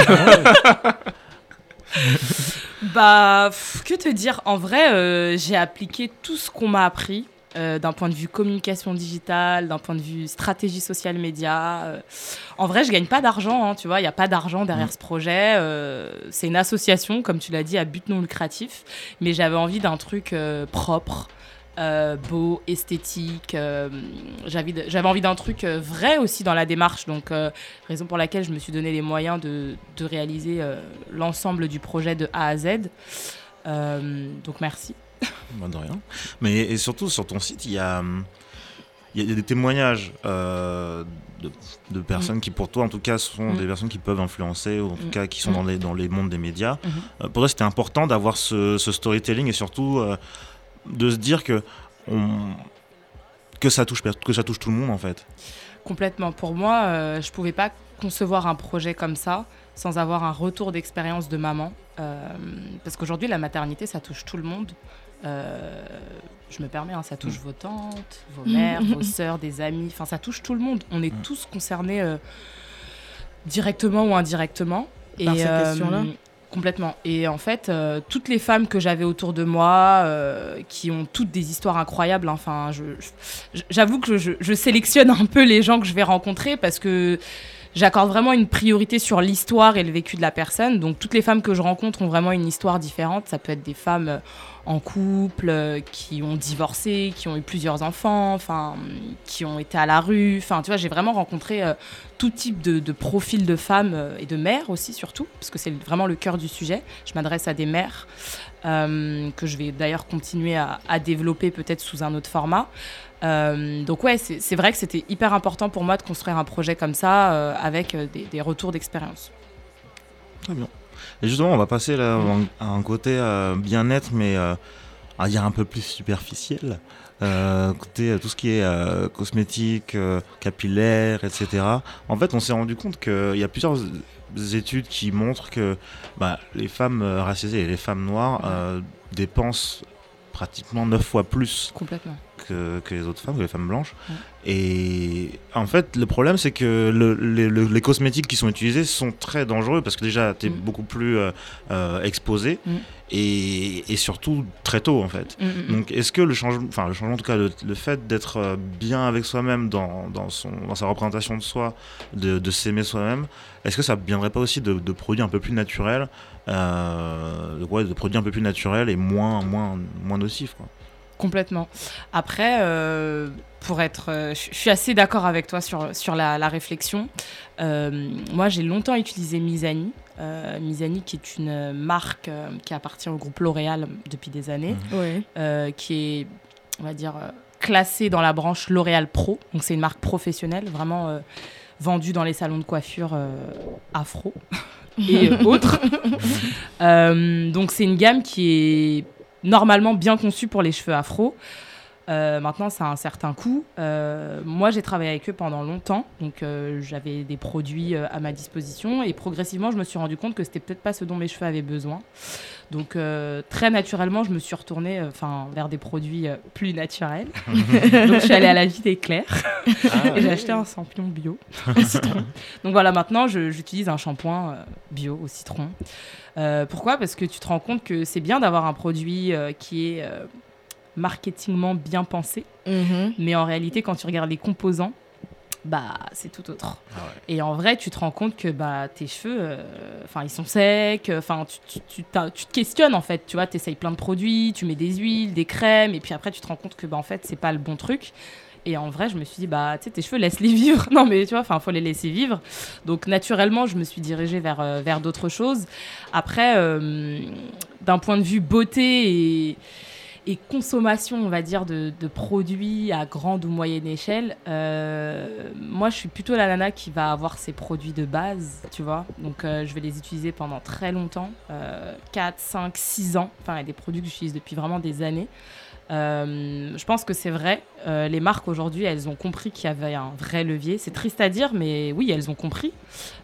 Bah, que te dire, en vrai, j'ai appliqué tout ce qu'on m'a appris d'un point de vue communication digitale, d'un point de vue stratégie social média. En vrai, je gagne pas d'argent, hein, tu vois, il y a pas d'argent derrière ce projet. C'est une association, comme tu l'as dit, à but non lucratif, mais j'avais envie d'un truc propre. Beau, esthétique, j'avais envie d'un truc vrai aussi dans la démarche, donc raison pour laquelle je me suis donné les moyens de réaliser l'ensemble du projet de A à Z. Donc merci. De rien. Mais et surtout sur ton site, il y a des témoignages de personnes qui, pour toi, en tout cas, sont des personnes qui peuvent influencer, ou en tout cas qui sont dans les mondes des médias. Pour toi, c'était important d'avoir ce storytelling et surtout de se dire que ça touche tout le monde, en fait. Complètement. Pour moi, je pouvais pas concevoir un projet comme ça sans avoir un retour d'expérience de maman. Parce qu'aujourd'hui, la maternité, ça touche tout le monde. Je me permets, ça touche vos tantes, vos mères, vos sœurs, des amis, enfin ça touche tout le monde. On est tous concernés directement ou indirectement. Par ces questions-là. Complètement. Et en fait, toutes les femmes que j'avais autour de moi, qui ont toutes des histoires incroyables, enfin, j'avoue que je sélectionne un peu les gens que je vais rencontrer parce que j'accorde vraiment une priorité sur l'histoire et le vécu de la personne. Donc, toutes les femmes que je rencontre ont vraiment une histoire différente. Ça peut être des femmes en couple, qui ont divorcé, qui ont eu plusieurs enfants, enfin, qui ont été à la rue. Enfin, tu vois, j'ai vraiment rencontré tout type de profils de femmes et de mères aussi, surtout, parce que c'est vraiment le cœur du sujet. Je m'adresse à des mères que je vais d'ailleurs continuer à développer peut-être sous un autre format. Donc ouais, c'est vrai que c'était hyper important pour moi de construire un projet comme ça avec des retours d'expérience. Très bien. Et justement, on va passer là, à un côté bien-être, mais à dire un peu plus superficiel. Côté tout ce qui est cosmétique, capillaire, etc. En fait, on s'est rendu compte qu'il y a plusieurs études qui montrent que les femmes racisées et les femmes noires dépensent pratiquement 9 fois plus complètement que les autres femmes, que les femmes blanches. Et en fait, le problème, c'est que les cosmétiques qui sont utilisés sont très dangereux parce que déjà, tu es beaucoup plus exposé et surtout très tôt, en fait. Donc, est-ce que le changement, en tout cas, le fait d'être bien avec soi-même dans sa représentation de soi, de s'aimer soi-même, est-ce que ça ne viendrait pas aussi de produits un peu plus naturels, de produits un peu plus naturels et moins nocifs, quoi. Complètement. Après, je suis assez d'accord avec toi sur la réflexion. Moi, j'ai longtemps utilisé Mizani. Mizani, qui est une marque qui appartient au groupe L'Oréal depuis des années, qui est, on va dire, classée dans la branche L'Oréal Pro. Donc, c'est une marque professionnelle, vraiment vendue dans les salons de coiffure afro et autres. Donc, c'est une gamme qui est normalement bien conçu pour les cheveux afro. Maintenant, ça a un certain coût. Moi, j'ai travaillé avec eux pendant longtemps, donc j'avais des produits à ma disposition et progressivement, je me suis rendu compte que c'était peut-être pas ce dont mes cheveux avaient besoin. Donc, très naturellement, je me suis retournée vers des produits plus naturels. Donc, je suis allée à la Vie d'Éclair et j'ai acheté un shampoing bio au citron. Donc voilà, maintenant, j'utilise un shampoing bio au citron. Pourquoi ? Parce que tu te rends compte que c'est bien d'avoir un produit qui est marketingement bien pensé, mais en réalité, quand tu regardes les composants, c'est tout autre. Et en vrai, tu te rends compte que tes cheveux, ils sont secs, tu te questionnes en fait, tu vois, t'essayes plein de produits, tu mets des huiles, des crèmes, et puis après, tu te rends compte que en fait, c'est pas le bon truc. Et en vrai, je me suis dit, tu sais, tes cheveux, laisse-les vivre. Non, mais tu vois, faut les laisser vivre. Donc, naturellement, je me suis dirigée vers d'autres choses. Après, d'un point de vue beauté et consommation, on va dire, de produits à grande ou moyenne échelle, moi, je suis plutôt la nana qui va avoir ses produits de base, tu vois. Donc, je vais les utiliser pendant très longtemps, 4, 5, 6 ans. Enfin, il y a des produits que j'utilise depuis vraiment des années. Je pense que c'est vrai. Les marques aujourd'hui, elles ont compris qu'il y avait un vrai levier. C'est triste à dire, mais oui, elles ont compris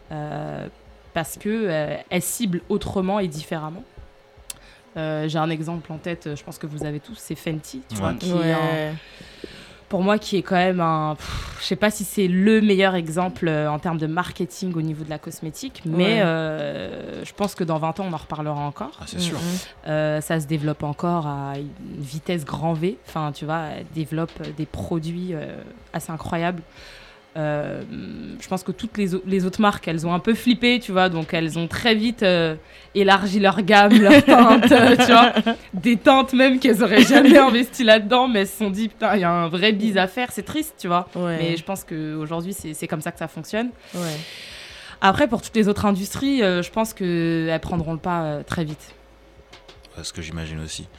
parce que elles ciblent autrement et différemment. J'ai un exemple en tête. Je pense que vous avez tous. C'est Fenty, tu vois, qui est pour moi, qui est quand même je sais pas si c'est le meilleur exemple en termes de marketing au niveau de la cosmétique, mais je pense que dans 20 ans, on en reparlera encore. Ah, c'est sûr. Ça se développe encore à une vitesse grand V. Enfin, tu vois, elle développe des produits assez incroyables. Je pense que toutes les autres marques, elles ont un peu flippé, tu vois, donc elles ont très vite élargi leur gamme, leur teinte, tu vois, des teintes même qu'elles auraient jamais investi là-dedans, mais elles se sont dit, putain, il y a un vrai bise à faire, c'est triste, tu vois. Mais je pense qu'aujourd'hui, c'est comme ça que ça fonctionne. Après, pour toutes les autres industries, je pense qu'elles prendront le pas très vite. ce que j'imagine aussi.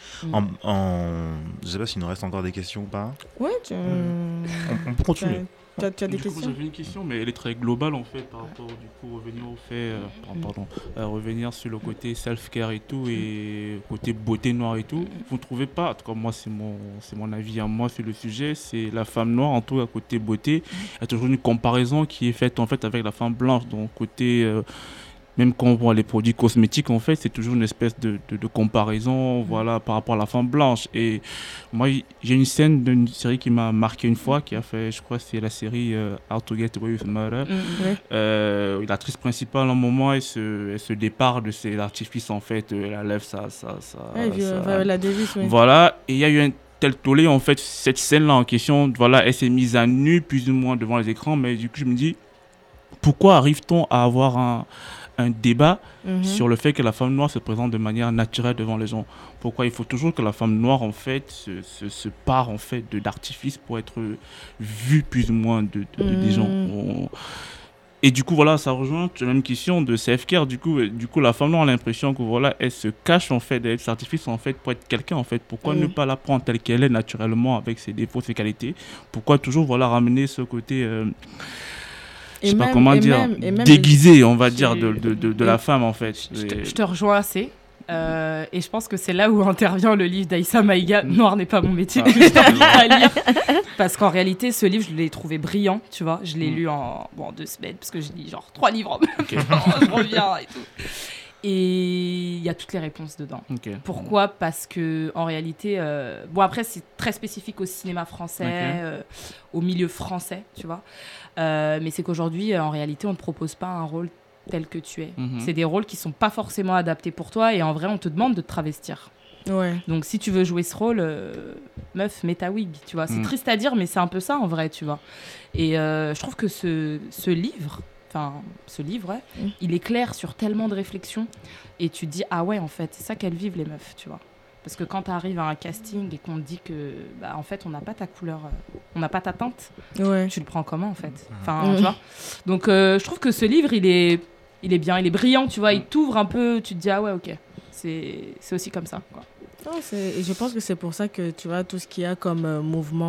Je sais pas s'il nous reste encore des questions ou pas. Ouais, on peut continuer. Tu as des questions? J'avais une question, mais elle est très globale en fait par rapport revenir au fait, revenir sur le côté self-care et tout, et côté beauté noire et tout. Vous ne trouvez pas, en tout cas moi c'est mon avis à moi sur le sujet, c'est la femme noire en tout cas côté beauté, il y a toujours une comparaison qui est faite en fait avec la femme blanche, donc côté même quand on voit les produits cosmétiques, en fait, c'est toujours une espèce de comparaison, voilà, par rapport à la femme blanche. Et moi, j'ai une scène d'une série qui m'a marqué une fois, qui a fait, je crois, c'est la série How to Get Away with Murder. L'actrice principale, à un moment, elle se départ de ses artifices, en fait, elle lève la Davis, oui. Voilà, et il y a eu un tel tollé, en fait, cette scène-là en question, voilà, elle s'est mise à nu, plus ou moins, devant les écrans, mais du coup, je me dis, pourquoi arrive-t-on à avoir un débat sur le fait que la femme noire se présente de manière naturelle devant les gens? Pourquoi il faut toujours que la femme noire en fait se part en fait d'artifice pour être vue plus ou moins des gens? Et du coup voilà, ça rejoint la même question de self-care. Du coup la femme noire a l'impression que voilà, elle se cache en fait d'être cet artifice en fait pour être quelqu'un en fait. Pourquoi ne pas la prendre telle qu'elle est naturellement avec ses défauts, ses qualités? Pourquoi toujours voilà ramener ce côté je sais pas comment dire, déguisé, on va dire, de la femme, en fait. Je te rejoins assez. Et je pense que c'est là où intervient le livre d'Aïssa Maïga, Noir n'est pas mon métier, que je t'invite à lire. Parce qu'en réalité, ce livre, je l'ai trouvé brillant, tu vois. Je l'ai lu en 2 semaines, parce que je lis genre 3 livres en même temps, je reviens et tout. Et il y a toutes les réponses dedans. Pourquoi ? Parce que en réalité, bon après c'est très spécifique au cinéma français, au milieu français, tu vois. Mais c'est qu'aujourd'hui, en réalité, on ne te propose pas un rôle tel que tu es. C'est des rôles qui sont pas forcément adaptés pour toi, et en vrai, on te demande de te travestir. Ouais. Donc si tu veux jouer ce rôle, meuf, mets ta wig, tu vois. C'est triste à dire, mais c'est un peu ça en vrai, tu vois. Et je trouve que ce livre, il est clair sur tellement de réflexions, et tu te dis ah ouais, en fait c'est ça qu'elles vivent les meufs, tu vois. Parce que quand tu arrives à un casting et qu'on te dit que bah en fait on n'a pas ta couleur, on n'a pas ta teinte, tu le prends comment en fait, tu vois. Donc je trouve que ce livre il est bien, il est brillant, tu vois, il t'ouvre un peu, tu te dis ah ouais ok, c'est aussi comme ça quoi. Et je pense que c'est pour ça que tu vois tout ce qu'il y a comme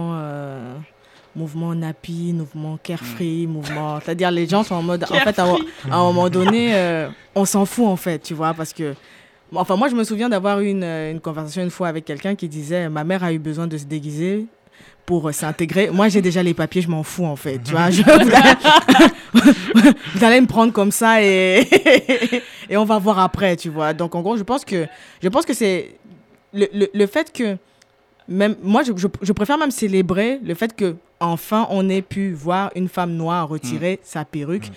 mouvement nappy, mouvement carefree, mouvement... C'est-à-dire, les gens sont en mode... En fait, à un moment donné, on s'en fout, en fait, tu vois, parce que... Enfin, moi, je me souviens d'avoir eu une conversation une fois avec quelqu'un qui disait « Ma mère a eu besoin de se déguiser pour s'intégrer. Moi, j'ai déjà les papiers, je m'en fous, en fait. » Tu vois, vous allez me prendre comme ça et on va voir après, tu vois. Donc, en gros, je pense que c'est le fait que... Même, moi, je préfère même célébrer le fait qu'enfin, on ait pu voir une femme noire retirer sa perruque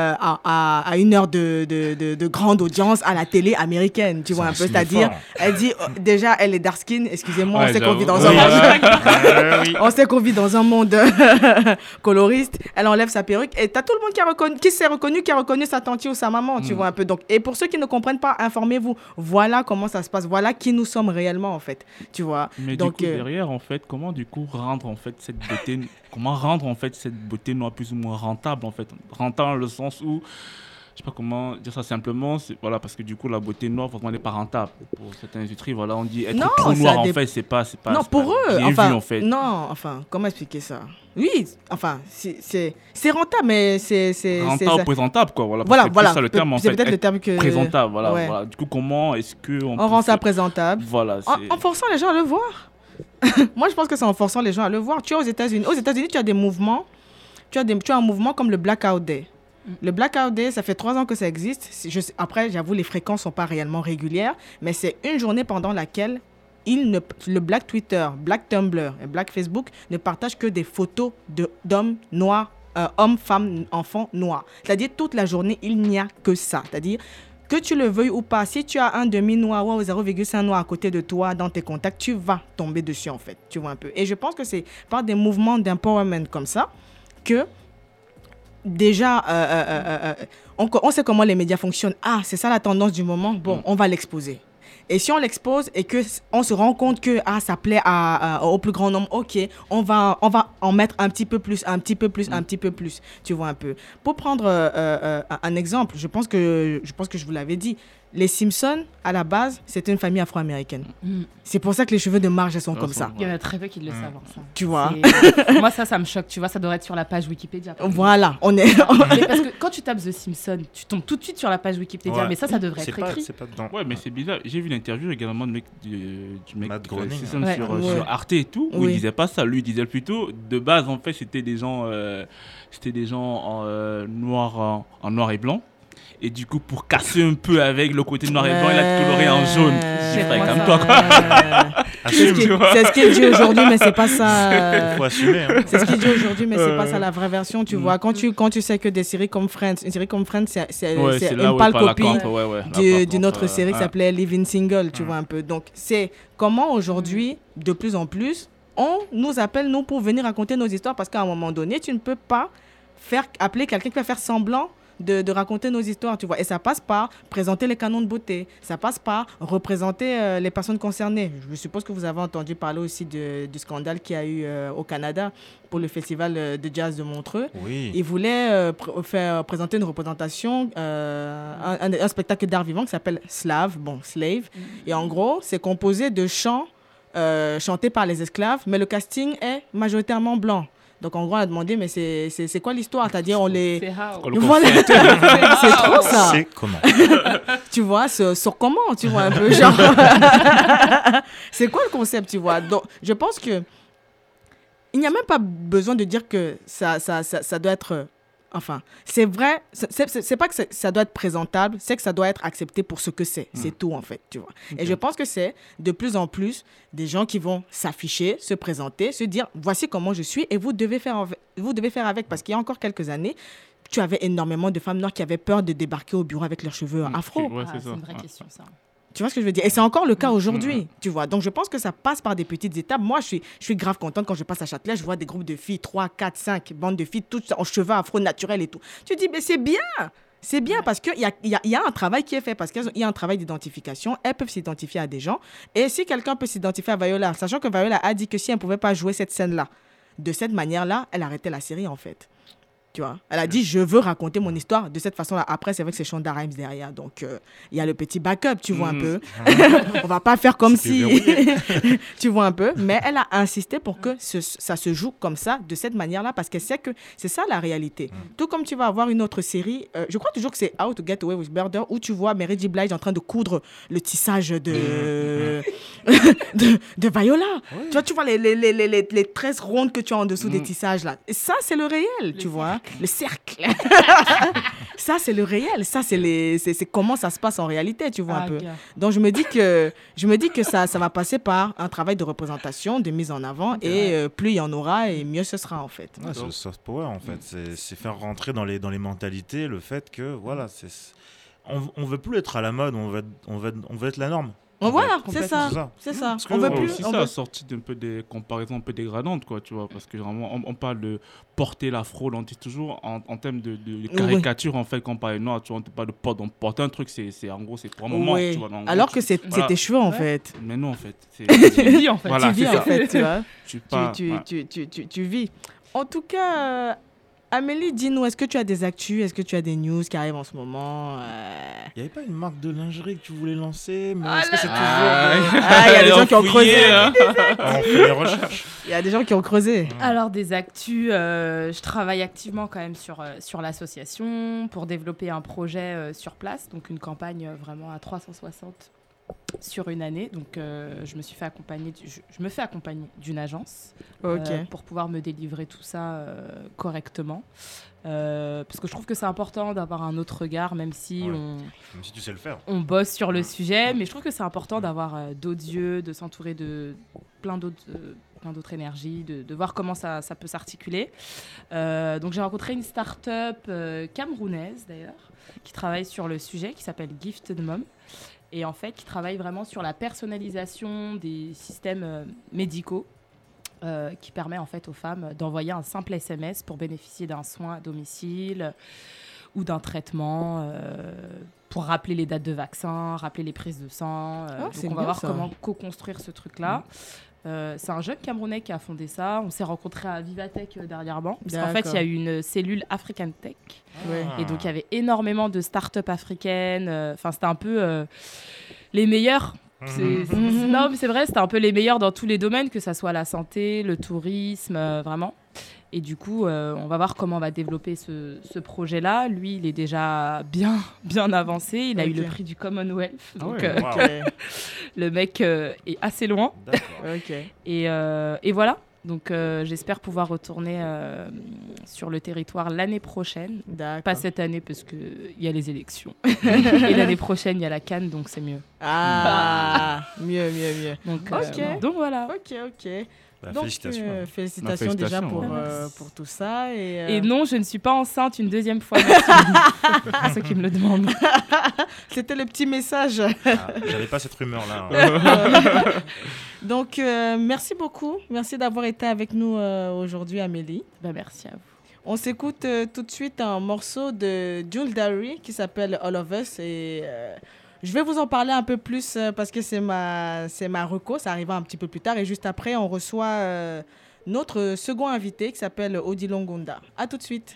à une heure de grande audience à la télé américaine, tu vois un peu. C'est-à-dire, elle dit, déjà, elle est dark skin, excusez-moi, on sait qu'on vit dans un monde... On sait qu'on vit dans un monde coloriste. Elle enlève sa perruque et t'as tout le monde qui s'est reconnu, qui a reconnu sa tante ou sa maman, tu vois un peu. Donc, et pour ceux qui ne comprennent pas, informez-vous. Voilà comment ça se passe. Voilà qui nous sommes réellement, en fait. Tu vois. Mais donc, du coup, derrière, en fait, comment du coup rendre en fait cette beauté noire plus ou moins rentable, en fait. Rentable dans le sens où, je sais pas comment dire ça simplement, voilà, parce que du coup la beauté noire forcément n'est pas rentable pour certaines industries. Voilà, on dit être trop noir en fait, c'est pas non pour eux, enfin, vu, en fait. Non, enfin, comment expliquer ça? Oui, enfin, c'est rentable, mais c'est rentable ou présentable quoi. Voilà, voilà, c'est ça le terme en fait. C'est peut-être le terme que présentable. Voilà. Du coup, comment est-ce que on rend ça présentable? Voilà, en forçant les gens à le voir. Moi, je pense que c'est en forçant les gens à le voir. Tu es aux États-Unis, tu as des mouvements, tu as un mouvement comme le Blackout Day. Le Blackout Day, ça fait 3 ans que ça existe. Après, j'avoue, les fréquences ne sont pas réellement régulières, mais c'est une journée pendant laquelle le Black Twitter, Black Tumblr et Black Facebook ne partagent que des photos d'hommes noirs, hommes, femmes, enfants noirs. C'est-à-dire, toute la journée, il n'y a que ça. C'est-à-dire, que tu le veuilles ou pas, si tu as un demi-noir ou 0,5 noir à côté de toi dans tes contacts, tu vas tomber dessus, en fait. Tu vois un peu. Et je pense que c'est par des mouvements d'empowerment comme ça que... Déjà, on sait comment les médias fonctionnent. Ah, c'est ça la tendance du moment. Bon, on va l'exposer. Et si on l'expose et qu'on se rend compte que ça plaît au plus grand nombre, ok, on va en mettre un petit peu plus, un petit peu plus, un petit peu plus. Tu vois un peu. Pour prendre un exemple, je pense que je vous l'avais dit, les Simpsons, à la base, c'était une famille afro-américaine. C'est pour ça que les cheveux de Marge, elles sont comme ça. Il y en a très peu qui le savent. Ça. Tu vois. Moi, ça me choque. Tu vois, ça devrait être sur la page Wikipédia. Voilà, on est... Mais parce que quand tu tapes The Simpsons, tu tombes tout de suite sur la page Wikipédia. Ouais. Mais ça devrait être écrit. C'est pas dedans. Ouais, mais c'est bizarre. J'ai vu l'interview également du mec Matt Groening, sur Arte et tout, où il disait pas ça. Lui, il disait plutôt, de base, en fait, c'était des gens en noir et blanc. Et du coup, pour casser un peu avec le côté noir et blanc, il a coloré en jaune. J'ai fait comme toi, quoi. C'est ce qu'il dit aujourd'hui, mais c'est pas ça. Il faut assumer. Hein. C'est ce qu'il dit aujourd'hui, mais c'est pas ça la vraie version, tu vois. Quand tu sais que des séries comme Friends, une série comme Friends, c'est une pâle copie d'une autre série qui s'appelait Living Single, tu vois un peu. Donc, c'est comment aujourd'hui, de plus en plus, on nous appelle, nous, pour venir raconter nos histoires, parce qu'à un moment donné, tu ne peux pas appeler quelqu'un qui va faire semblant de raconter nos histoires, tu vois. Et ça passe par présenter les canons de beauté. Ça passe par représenter les personnes concernées. Je suppose que vous avez entendu parler aussi du scandale qu'il y a eu au Canada pour le festival de jazz de Montreux. Oui. Ils voulaient faire présenter une représentation, un spectacle d'art vivant qui s'appelle Slave. Et en gros, c'est composé de chants chantés par les esclaves, mais le casting est majoritairement blanc. Donc, en gros, on a demandé, mais c'est quoi l'histoire? C'est-à-dire, on les... Voilà. C'est trop ça. C'est comment? Tu vois, sur comment, tu vois, un peu, genre... C'est quoi le concept, tu vois? Donc, je pense que il n'y a même pas besoin de dire que ça doit être... Enfin, c'est vrai, c'est pas que ça doit être présentable, c'est que ça doit être accepté pour ce que c'est. C'est tout, en fait, tu vois. Okay. Et je pense que c'est de plus en plus des gens qui vont s'afficher, se présenter, se dire, voici comment je suis, et vous devez faire avec. Parce qu'il y a encore quelques années, tu avais énormément de femmes noires qui avaient peur de débarquer au bureau avec leurs cheveux afro. Ouais, c'est une vraie question, ça. Tu vois ce que je veux dire? Et c'est encore le cas aujourd'hui, tu vois. Donc, je pense que ça passe par des petites étapes. Moi, je suis grave contente quand je passe à Châtelet. Je vois des groupes de filles, 3, 4, 5 bandes de filles, toutes en cheveux afro naturels et tout. Tu te dis, mais c'est bien! C'est bien parce qu'il y a un travail qui est fait, parce qu'il y a un travail d'identification. Elles peuvent s'identifier à des gens. Et si quelqu'un peut s'identifier à Viola, sachant que Viola a dit que si elle ne pouvait pas jouer cette scène-là, de cette manière-là, elle arrêtait la série, en fait. Tu vois, elle a dit, je veux raconter mon histoire de cette façon-là. Après, c'est vrai que c'est Shonda Rhimes derrière. Donc, il y a le petit backup, tu vois, un peu. On va pas faire comme si... tu vois un peu. Mais elle a insisté pour que ça se joue comme ça, de cette manière-là, parce qu'elle sait que c'est ça la réalité. Tout comme tu vas avoir une autre série, je crois toujours que c'est How to Get Away with Murder, où tu vois Mary J. Blige en train de coudre le tissage de Viola. Oui. Tu vois les tresses rondes que tu as en dessous des tissages, là. Et ça, c'est le réel, tu vois. Le cercle. Ça, c'est le réel. Ça, c'est comment ça se passe en réalité, tu vois, un peu. Donc, je me dis que ça va passer par un travail de représentation, de mise en avant, et plus il y en aura, et mieux ce sera, en fait. Ouais, c'est le soft power, en fait. C'est faire rentrer dans les mentalités le fait que, voilà, on veut plus être à la mode, on veut être la norme. Voilà, c'est ça. On veut plus. Ça a sorti d'un peu des comparaisons un peu dégradantes, quoi, tu vois, parce que vraiment, on parle de porter l'afro, on dit toujours en termes de caricature, en fait, quand on parle noir, tu vois, on ne parle de porter un truc, en gros, c'est pour un moment, tu vois. Alors que c'est tes cheveux, en fait. Mais non, en fait. Tu vis, en fait. Voilà, tu vis, en fait, tu vois. Tu vis. En tout cas... Amélie, dis-nous, est-ce que tu as des actus, est-ce que tu as des news qui arrivent en ce moment? Il n'y avait pas une marque de lingerie que tu voulais lancer, mais est-ce que c'est toujours... il y a des gens qui ont creusé. On fait des recherches. Il y a des gens qui ont creusé. Alors, des actus, je travaille activement quand même sur l'association pour développer un projet sur place, donc une campagne vraiment à 360 sur une année. Donc, je me fais accompagner d'une agence pour pouvoir me délivrer tout ça correctement. Parce que je trouve que c'est important d'avoir un autre regard, même si même si tu sais le faire. On bosse sur le sujet, mais je trouve que c'est important d'avoir d'autres yeux, de s'entourer de plein d'autres énergies, de voir comment ça peut s'articuler. Donc, j'ai rencontré une start-up camerounaise, d'ailleurs, qui travaille sur le sujet, qui s'appelle Gifted Mom. Et en fait, qui travaille vraiment sur la personnalisation des systèmes médicaux qui permet en fait aux femmes d'envoyer un simple SMS pour bénéficier d'un soin à domicile ou d'un traitement pour rappeler les dates de vaccin, rappeler les prises de sang. Donc on va voir comment co-construire ce truc-là. C'est un jeune Camerounais qui a fondé ça. On s'est rencontrés à Vivatech dernièrement. Parce qu'en fait, D'accord. il y a une cellule African Tech. Ouais. Et donc, il y avait énormément de startups africaines. Enfin, c'était un peu les meilleurs. Non, mais c'est vrai, c'était un peu les meilleurs dans tous les domaines, que ça soit la santé, le tourisme, vraiment. Et du coup, on va voir comment on va développer ce projet-là. Lui, il est déjà bien avancé. Il a eu le prix du Commonwealth. Donc, le mec est assez loin. Et voilà. Donc, j'espère pouvoir retourner sur le territoire l'année prochaine. Pas cette année, parce qu'il y a les élections. Et l'année prochaine, il y a la CAN, donc c'est mieux. Ah, mieux. Donc voilà. Ok. Bah, Donc, félicitations déjà pour tout ça. Et non, je ne suis pas enceinte une deuxième fois. Pour ceux qui me le demandent. C'était le petit message. J'avais pas cette rumeur-là. Hein. Donc, merci beaucoup. Merci d'avoir été avec nous aujourd'hui, Amélie. Merci à vous. On s'écoute tout de suite un morceau de Jules Dary qui s'appelle All of Us. Et je vais vous en parler un peu plus parce que c'est ma reco. Ça arrivera un petit peu plus tard. Et juste après, on reçoit notre second invité qui s'appelle Odilon Gonda. À tout de suite.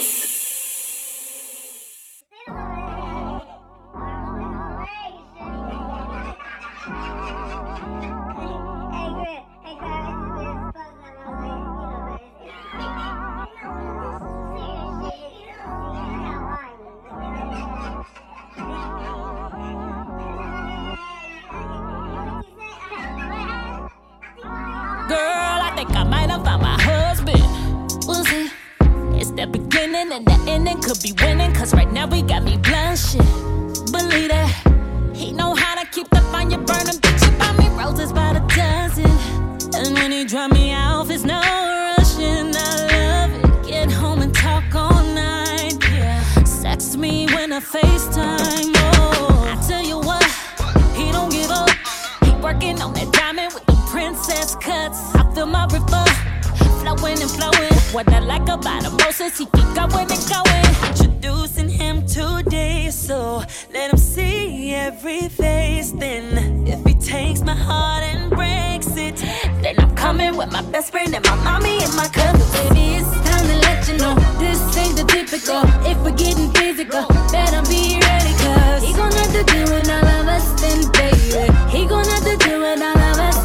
Girl, I think I might have found my husband. We'll see. It's the beginning and the ending could be winning. Cause right now we got me blind shit. Believe that. He know how to keep the fire burning. Bitch, he buy me roses by the dozen. And when he drop me off, it's no rushing. I love it. Get home and talk all night. Yeah. Sex me when I FaceTime. Oh, I tell you what, he don't give up. He working on that diamond with the princess cuts. I feel my river flowing and flowing. What I like about him most is he keep going and going. Introducing him today, so let him see every face. Then if he takes my heart and breaks it, then I'm coming with my best friend and my mommy and my cousin. Baby, it's time to let you know this ain't the typical. If we're getting physical, better be ready. Cause he gon' have to do it all of us, then baby. He gon' have to do it all of us.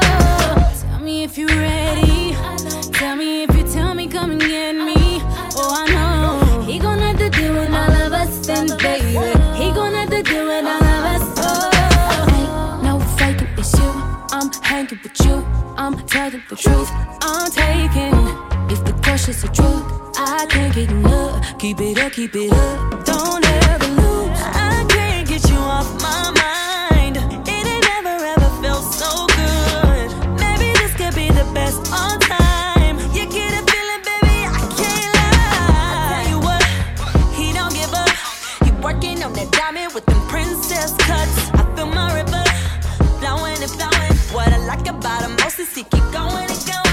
Oh, tell me if you're ready. Tell me if you tell me, come and get me. Oh, I know he gon' have to do it all of us, then baby. He gon' have to do it all of us. Oh, ain't no faking, it's you. I'm hanging with you. I'm telling the truth. I'm taking. If the crush is the truth, I can't get enough. Keep it up. Don't ever lose. I can't get you off my mind. It ain't ever felt so good. Maybe this could be the best all time. You get a feeling, baby, I can't lie. I tell you what, he don't give up. He working on that diamond with them princess cuts. I feel my river flowing and flowing. What I like about him most is he keep going and going.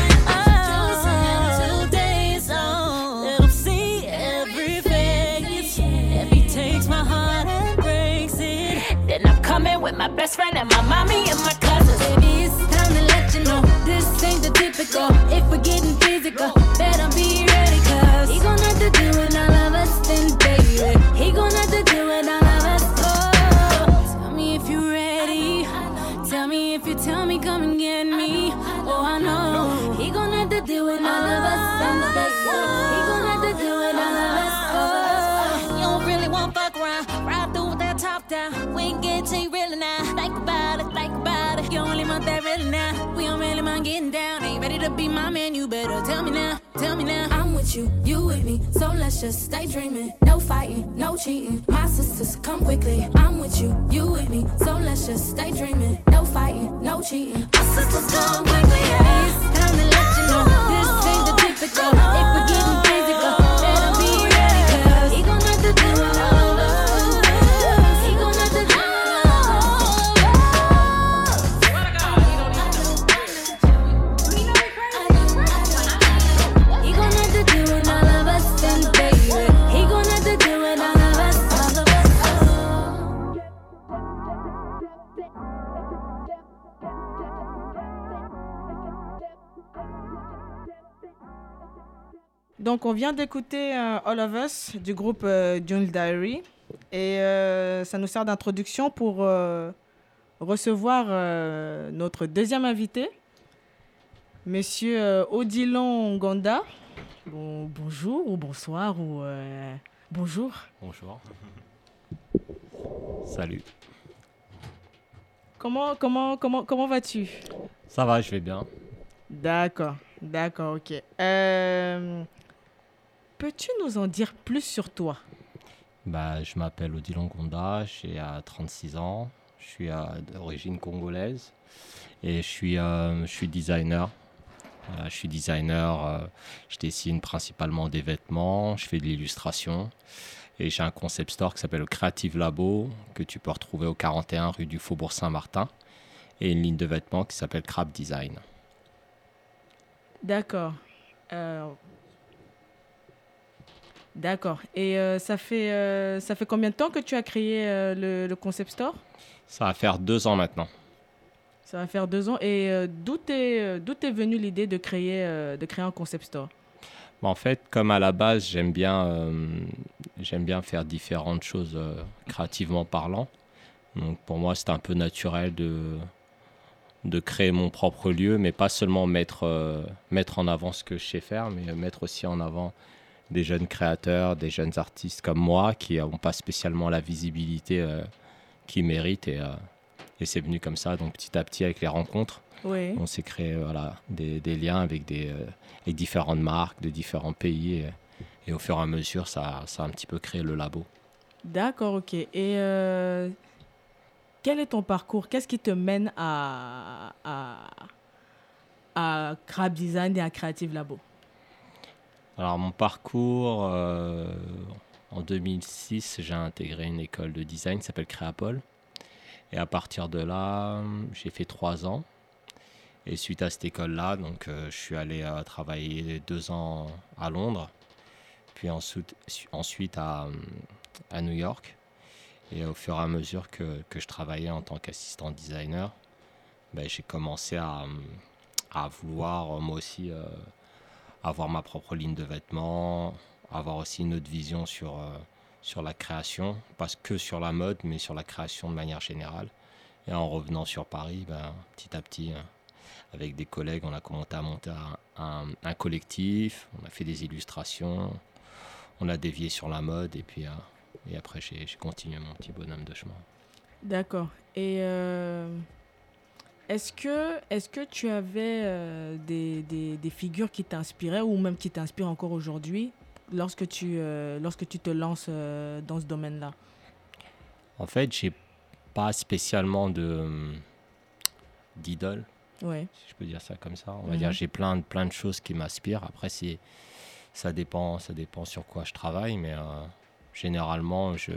With my best friend and my mommy and my cousins. Baby, it's time to let you know this ain't the typical. If we're getting physical, better be ready. Cause he gon' have to do it all of us, then baby. He gon' have to do it all of us. Oh, tell me if you're ready. Tell me if you tell me, come and get me. Oh, I know he gon' have to do it all of us, then baby. He gon' have to do it all of us. Oh, you don't really want to fuck around. Ride through with that top down. We ain't get to you really now. Think about it. You only want that really now. We don't really mind getting down. Ain't ready to be my man, you better tell me now. I'm with you, you with me. So let's just stay dreaming. No fighting, no cheating. My sisters, come quickly. I'm with you, you with me. So let's just stay dreaming. No fighting, no cheating. My sisters, come quickly. Yeah. It's time to let you know this ain't the typical. If we're getting physical, better be ready. Cause he gon' have to do it all. Donc, on vient d'écouter All of Us du groupe June Diary. Et ça nous sert d'introduction pour recevoir notre deuxième invité, Monsieur Odilon Ngonda. Bonjour ou bonsoir ou bonjour. Bonjour. Salut. Comment vas-tu? Ça va, je vais bien. D'accord, ok. Peux-tu nous en dire plus sur toi? Je m'appelle Odilon Ngonda, j'ai 36 ans, je suis d'origine congolaise et je suis designer. Je dessine principalement des vêtements, je fais de l'illustration et j'ai un concept store qui s'appelle le Creative Labo que tu peux retrouver au 41 rue du Faubourg Saint-Martin et une ligne de vêtements qui s'appelle Crap Design. D'accord. D'accord. Et ça fait combien de temps que tu as créé le concept store? Ça va faire 2 ans maintenant. Ça va faire 2 ans. Et d'où t'es venue l'idée de créer un concept store? En fait, comme à la base, j'aime bien faire différentes choses créativement parlant. Donc pour moi, c'est un peu naturel de créer mon propre lieu, mais pas seulement mettre en avant ce que je sais faire, mais mettre aussi en avant des jeunes créateurs, des jeunes artistes comme moi qui n'ont pas spécialement la visibilité qu'ils méritent. Et c'est venu comme ça, donc petit à petit avec les rencontres. Oui. On s'est créé des liens avec différentes marques de différents pays. Et au fur et à mesure, ça a un petit peu créé le labo. D'accord, ok. Et quel est ton parcours? Qu'est-ce qui te mène à Crap Design et à Creative Labo? Alors, mon parcours, en 2006, j'ai intégré une école de design qui s'appelle Créapol. Et à partir de là, j'ai fait 3 ans. Et suite à cette école-là, donc, je suis allé travailler 2 ans à Londres, puis ensuite à New York. Et au fur et à mesure que je travaillais en tant qu'assistant designer, j'ai commencé à vouloir moi aussi avoir ma propre ligne de vêtements, avoir aussi une autre vision sur la création, pas que sur la mode, mais sur la création de manière générale. Et en revenant sur Paris, petit à petit, avec des collègues, on a commencé à monter un collectif, on a fait des illustrations, on a dévié sur la mode, et puis et après j'ai continué mon petit bonhomme de chemin. D'accord. Et est-ce que tu avais des figures qui t'inspiraient ou même qui t'inspirent encore aujourd'hui lorsque tu te lances dans ce domaine-là? En fait, j'ai pas spécialement d'idole, ouais, si je peux dire ça comme ça. On va dire j'ai plein de choses qui m'inspirent. Après, ça dépend sur quoi je travaille, mais généralement, je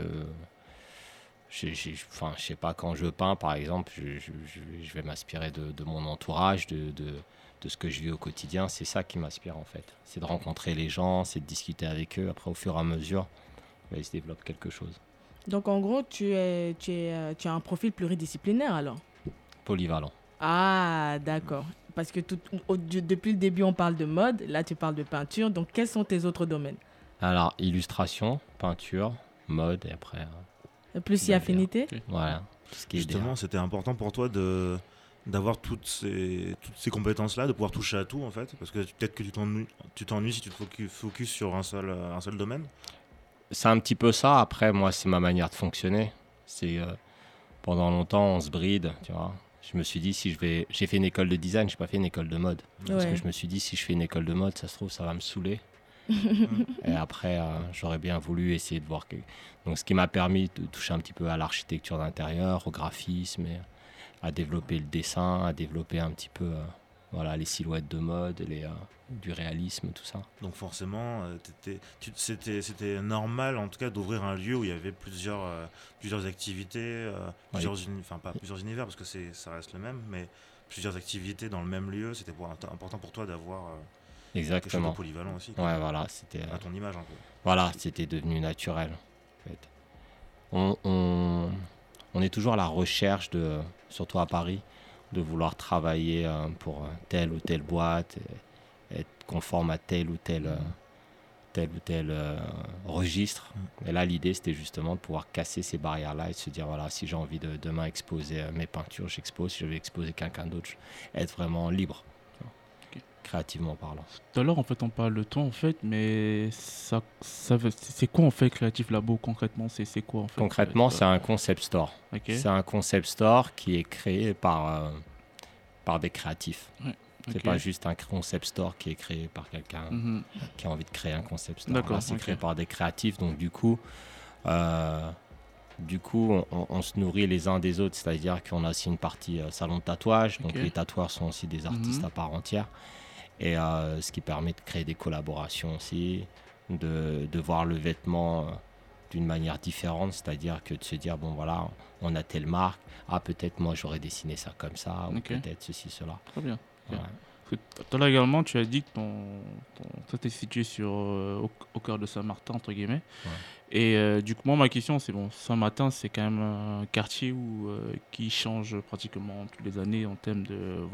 sais pas, quand je peins, par exemple, je vais m'inspirer de mon entourage, de ce que je vis au quotidien. C'est ça qui m'inspire, en fait. C'est de rencontrer les gens, c'est de discuter avec eux. Après, au fur et à mesure, il se développe quelque chose. Donc, en gros, tu as un profil pluridisciplinaire, alors? Polyvalent. Ah, d'accord. Parce que depuis le début, on parle de mode. Là, tu parles de peinture. Donc, quels sont tes autres domaines? Alors, illustration, peinture, mode, et après... plus si affinité? Voilà. Justement, c'était important pour toi d'avoir toutes ces compétences-là, de pouvoir toucher à tout, en fait, parce que peut-être que tu t'ennuies si tu te focus sur un seul domaine. C'est un petit peu ça. Après, moi, c'est ma manière de fonctionner. C'est pendant longtemps, on se bride, tu vois. Je me suis dit, j'ai fait une école de design, j'ai pas fait une école de mode. Parce que je me suis dit, si je fais une école de mode, ça se trouve, ça va me saouler. Et après, j'aurais bien voulu essayer de voir. Donc, ce qui m'a permis de toucher un petit peu à l'architecture d'intérieur, au graphisme, et à développer le dessin, à développer un petit peu les silhouettes de mode, du réalisme, tout ça. Donc forcément, c'était normal, en tout cas, d'ouvrir un lieu où il y avait plusieurs activités, pas plusieurs univers, parce que ça reste le même, mais plusieurs activités dans le même lieu. C'était important pour toi d'avoir quelque chose de polyvalent aussi. Ouais, voilà, c'était à ton image un peu. Voilà, c'était devenu naturel. En fait. On est toujours à la recherche, surtout à Paris, de vouloir travailler pour telle ou telle boîte, être conforme à tel ou tel tel ou tel registre. Et là, l'idée, c'était justement de pouvoir casser ces barrières-là et de se dire, voilà, si j'ai envie de demain exposer mes peintures, j'expose. Si je vais exposer quelqu'un d'autre, être vraiment libre, créativement parlant. Tout à l'heure, en fait, on parle de toi, en fait, mais c'est quoi, en fait, Creative Labo, concrètement? C'est quoi, en fait? Concrètement, c'est un concept store. Okay. C'est un concept store qui est créé par des créatifs. Ouais. C'est pas juste un concept store qui est créé par quelqu'un qui a envie de créer un concept store. D'accord, là, c'est créé par des créatifs, donc du coup, on se nourrit les uns des autres, c'est-à-dire qu'on a aussi une partie salon de tatouage, donc les tatoueurs sont aussi des artistes à part entière, et ce qui permet de créer des collaborations aussi, de voir le vêtement d'une manière différente, c'est-à-dire que de se dire, bon voilà, on a telle marque, peut-être moi j'aurais dessiné ça comme ça, ou peut-être ceci, cela. Très bien. Ouais. Tout à l'heure également, tu as dit que toi, tu es situé au cœur de Saint-Martin, entre guillemets. Ouais. Et du coup, moi, ma question, c'est Saint-Martin, c'est quand même un quartier qui change pratiquement toutes les années en termes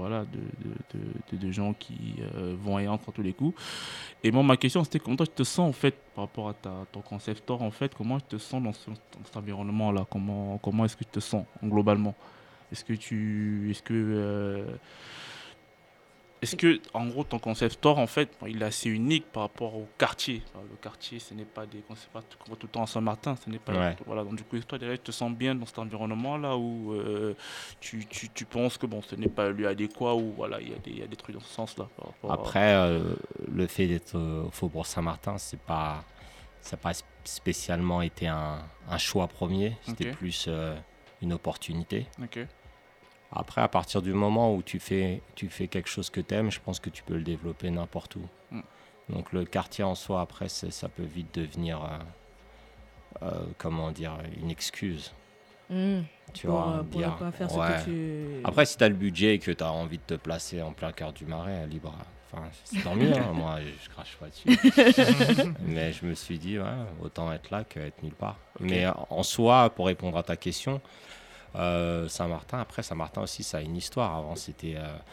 de gens qui vont et entrent à tous les coups. Et moi, ma question, c'était comment toi, tu te sens, en fait, par rapport à ton concept store, en fait, comment tu te sens dans cet environnement-là? Comment est-ce que tu te sens, globalement? Est-ce que, en gros, ton concept store, en fait, il est assez unique par rapport au quartier? Le quartier, ce n'est pas des concepts qu'on voit tout le temps à Saint-Martin. Ce n'est pas. Ouais. Voilà. Donc, du coup, toi, déjà, tu te sens bien dans cet environnement-là où tu penses que ce n'est pas le lieu adéquat ou voilà, il y a des trucs dans ce sens-là. Après, le fait d'être au Faubourg Saint-Martin, ça n'a pas spécialement été un choix premier. C'était plus une opportunité. Ok. Après, à partir du moment où tu fais quelque chose que tu aimes, je pense que tu peux le développer n'importe où. Donc le quartier en soi, après, ça peut vite devenir, une excuse. Tu vois, pour ne pas faire ce que tu... Après, si tu as le budget et que tu as envie de te placer en plein cœur du Marais, libre, c'est tant mieux. Moi, je crache pas dessus. Mais je me suis dit, autant être là qu'être nulle part. Okay. Mais en soi, pour répondre à ta question... Saint-Martin aussi, ça a une histoire. Avant, c'était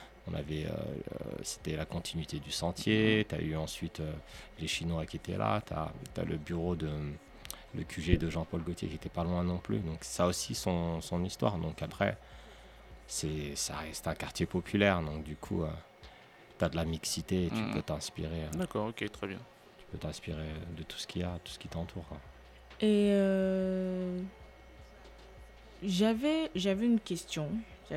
la continuité du sentier. Tu as eu ensuite les Chinois qui étaient là. Tu as le bureau le QG de Jean-Paul Gaultier qui était pas loin non plus. Donc ça a aussi son histoire. Donc après, ça reste un quartier populaire. Donc du coup, tu as de la mixité et tu peux t'inspirer. D'accord, ok, très bien. Tu peux t'inspirer de tout ce qu'il y a, tout ce qui t'entoure. Et J'avais une question.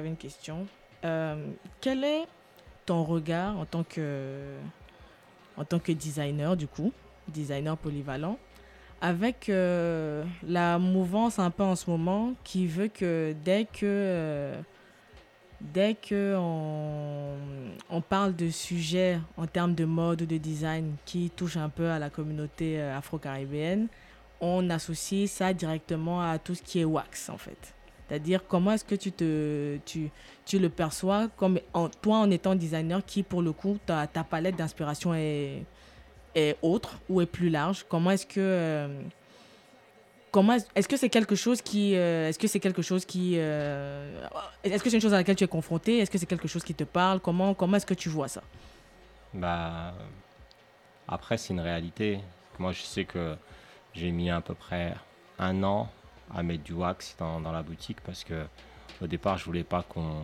Quel est ton regard en tant que designer, du coup, designer polyvalent, avec la mouvance un peu en ce moment qui veut que dès que on parle de sujets en termes de mode ou de design qui touchent un peu à la communauté afro-caribéenne, on associe ça directement à tout ce qui est wax, en fait. C'est-à-dire, comment est-ce que tu le perçois comme toi, en étant designer, qui, pour le coup, ta palette d'inspiration est autre ou est plus large? Comment est-ce que... est-ce que c'est quelque chose qui... Est-ce que c'est une chose à laquelle tu es confronté? Est-ce que c'est quelque chose qui te parle? Comment est-ce que tu vois ça? Après, c'est une réalité. Moi, je sais que j'ai mis à peu près 1 an à mettre du wax dans la boutique parce que au départ, je voulais pas qu'on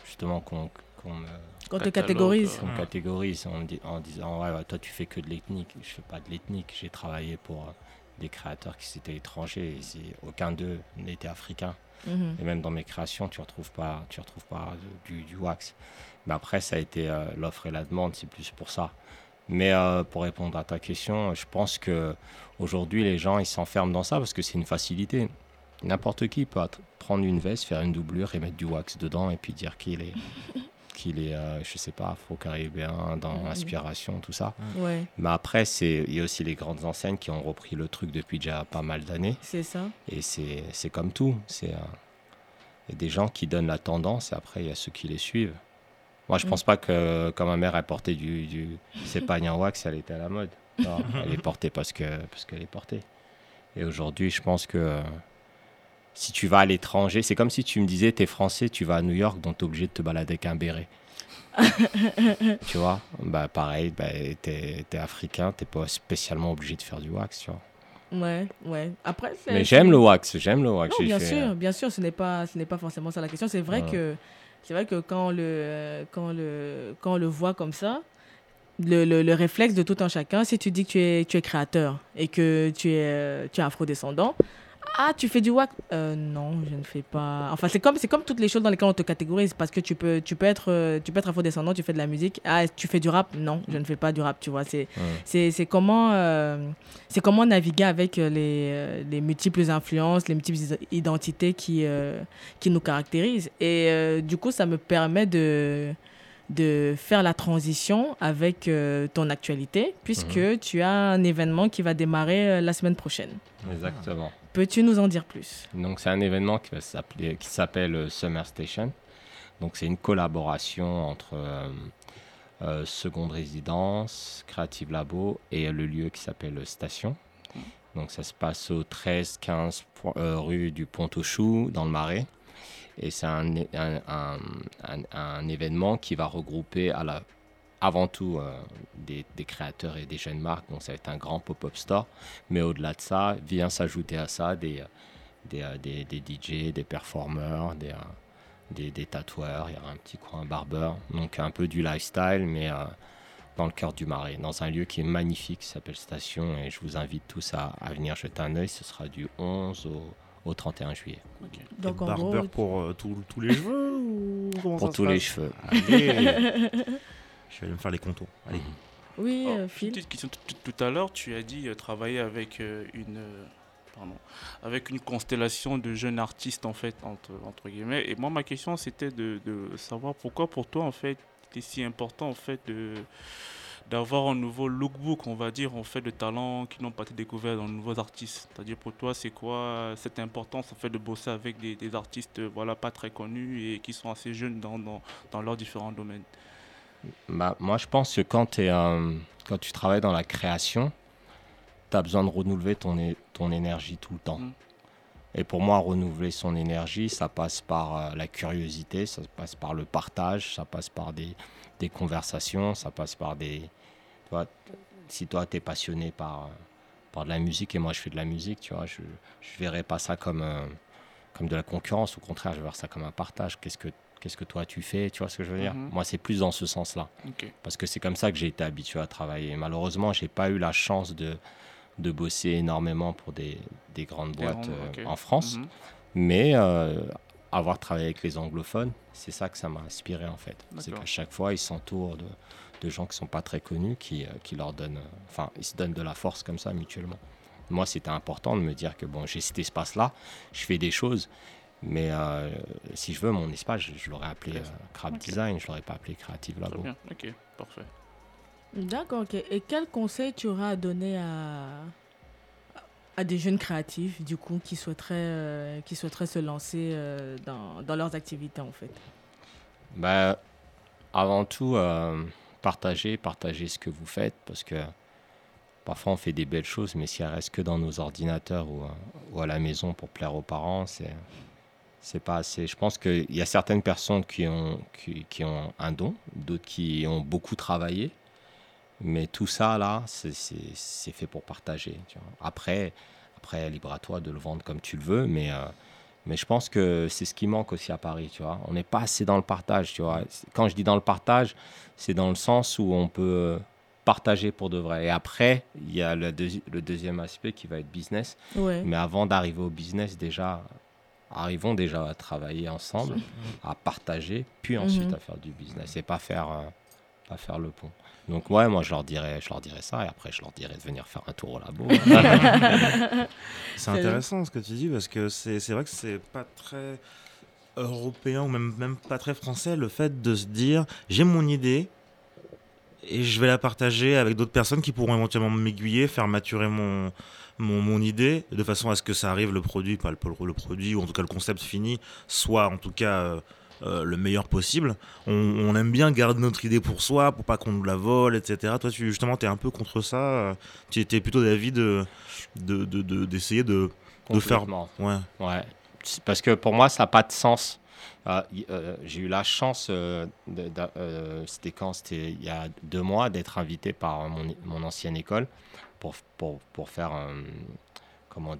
te catégorise. Qu'on me catégorise en disant toi tu fais que de l'ethnique. Je fais pas de l'ethnique. J'ai travaillé pour des créateurs qui étaient étrangers et aucun d'eux n'était africain. Et même dans mes créations, tu retrouves pas du wax. Mais après, ça a été l'offre et la demande, c'est plus pour ça. Mais pour répondre à ta question, je pense que aujourd'hui les gens ils s'enferment dans ça parce que c'est une facilité. N'importe qui peut prendre une veste, faire une doublure et mettre du wax dedans et puis dire qu'il est je sais pas, afro-caribéen dans l'inspiration, tout ça. Ouais. Mais après, il y a aussi les grandes enseignes qui ont repris le truc depuis déjà pas mal d'années. C'est ça. Et c'est comme tout. Il y a des gens qui donnent la tendance et après, il y a ceux qui les suivent. Moi, je pense pas que quand ma mère a porté du cépagne en wax, elle était à la mode. Non, elle est portée parce qu'elle est portée. Et aujourd'hui, je pense que Si tu vas à l'étranger, c'est comme si tu me disais, t'es français, tu vas à New York, donc t'es obligé de te balader avec un béret. Tu vois, pareil, t'es africain, t'es pas spécialement obligé de faire du wax, tu vois. Ouais. Après, mais j'aime le wax. Non, bien sûr, ce n'est pas forcément ça la question. C'est vrai que quand on le voit comme ça, le réflexe de tout un chacun, si tu dis que tu es créateur et que tu es afrodescendant, tu fais du wax? Non, je ne fais pas. Enfin, c'est comme toutes les choses dans lesquelles on te catégorise, parce que tu peux être afrodescendant, tu fais de la musique. Tu fais du rap? Non, je ne fais pas du rap, tu vois. C'est comment naviguer avec les multiples influences, les multiples identités qui nous caractérisent. Et du coup, ça me permet de faire la transition avec ton actualité, puisque tu as un événement qui va démarrer la semaine prochaine. Exactement. Peux-tu nous en dire plus? Donc, c'est un événement qui s'appelle Summer Station. Donc, c'est une collaboration entre Seconde Résidence, Creative Labo et le lieu qui s'appelle Station. Donc, ça se passe au 13-15 rue du Pont-aux-Choux, dans le Marais. Et c'est un événement qui va regrouper avant tout des créateurs et des jeunes marques. Donc ça va être un grand pop-up store. Mais au-delà de ça, vient s'ajouter à ça des DJ, des performeurs, des tatoueurs. Il y aura un petit coin barbeur. Donc un peu du lifestyle, mais dans le cœur du Marais, dans un lieu qui est magnifique, qui s'appelle Station. Et je vous invite tous à venir jeter un œil. Ce sera du 11 au 31 juillet. Okay. Donc, barbeur pour tous les cheveux ou pour tous les cheveux. Allez. Je vais aller me faire les contours. Allez. Oui, Phil. Petite question. Tout à l'heure, tu as dit travailler avec une constellation de jeunes artistes, en fait, entre guillemets. Et moi, ma question, c'était de savoir pourquoi, pour toi, en fait, c'est si important, en fait, d'avoir un nouveau lookbook, on va dire, en fait, de talents qui n'ont pas été découverts dans de nouveaux artistes. C'est-à-dire, pour toi, c'est quoi cette importance, en fait, de bosser avec des artistes, pas très connus et qui sont assez jeunes dans leurs différents domaines? Moi, je pense que quand tu travailles dans la création, tu as besoin de renouveler ton énergie tout le temps. Et pour moi, renouveler son énergie, ça passe par la curiosité, ça passe par le partage, ça passe par des conversations, ça passe par si toi, tu es passionné par de la musique et moi, je fais de la musique, tu vois, je ne verrai pas ça comme de la concurrence. Au contraire, je vais voir ça comme un partage. Qu'est-ce que toi tu fais, tu vois ce que je veux dire? Moi, c'est plus dans ce sens-là. Okay. Parce que c'est comme ça que j'ai été habitué à travailler. Malheureusement, je n'ai pas eu la chance de bosser énormément pour des grandes boîtes en France. Mais avoir travaillé avec les anglophones, c'est ça que ça m'a inspiré en fait. D'accord. C'est qu'à chaque fois, ils s'entourent de gens qui ne sont pas très connus, qui leur donnent... Enfin, ils se donnent de la force comme ça, mutuellement. Moi, c'était important de me dire que bon, j'ai cet espace-là, je fais des choses... Mais si je veux mon espace, je l'aurais appelé Crab Design, je ne l'aurais pas appelé Creative Labo. Très bien, ok, parfait. D'accord, ok. Et quel conseil tu auras à donner à des jeunes créatifs, du coup, qui souhaiteraient se lancer dans leurs activités, en fait? Avant tout, partagez ce que vous faites, parce que parfois on fait des belles choses, mais si elles restent que dans nos ordinateurs ou à la maison pour plaire aux parents, c'est pas assez. Je pense qu'il y a certaines personnes qui ont un don, d'autres qui ont beaucoup travaillé, mais tout ça là, c'est fait pour partager. Tu vois. Après, libre à toi de le vendre comme tu le veux, mais je pense que c'est ce qui manque aussi à Paris. Tu vois. On n'est pas assez dans le partage. Tu vois. Quand je dis dans le partage, c'est dans le sens où on peut partager pour de vrai. Et après, il y a le deuxième aspect qui va être business. Ouais. Mais avant d'arriver au business, arrivons déjà à travailler ensemble, à partager, puis ensuite à faire du business et pas faire le pont. Donc ouais, moi je leur dirais ça, et après je leur dirais de venir faire un tour au labo. C'est intéressant ce que tu dis, parce que c'est vrai que c'est pas très européen ou même pas très français, le fait de se dire j'ai mon idée et je vais la partager avec d'autres personnes qui pourront éventuellement m'aiguiller, faire maturer mon idée, de façon à ce que ça arrive, le produit, pas le produit, ou en tout cas le concept fini, soit en tout cas le meilleur possible. On aime bien garder notre idée pour soi, pour pas qu'on nous la vole, etc. Toi, justement, tu es un peu contre ça. Tu étais plutôt d'avis d'essayer de faire... Ouais. parce que pour moi, ça n'a pas de sens. J'ai eu la chance, c'était il y a 2 mois, d'être invité par mon ancienne école pour faire, comment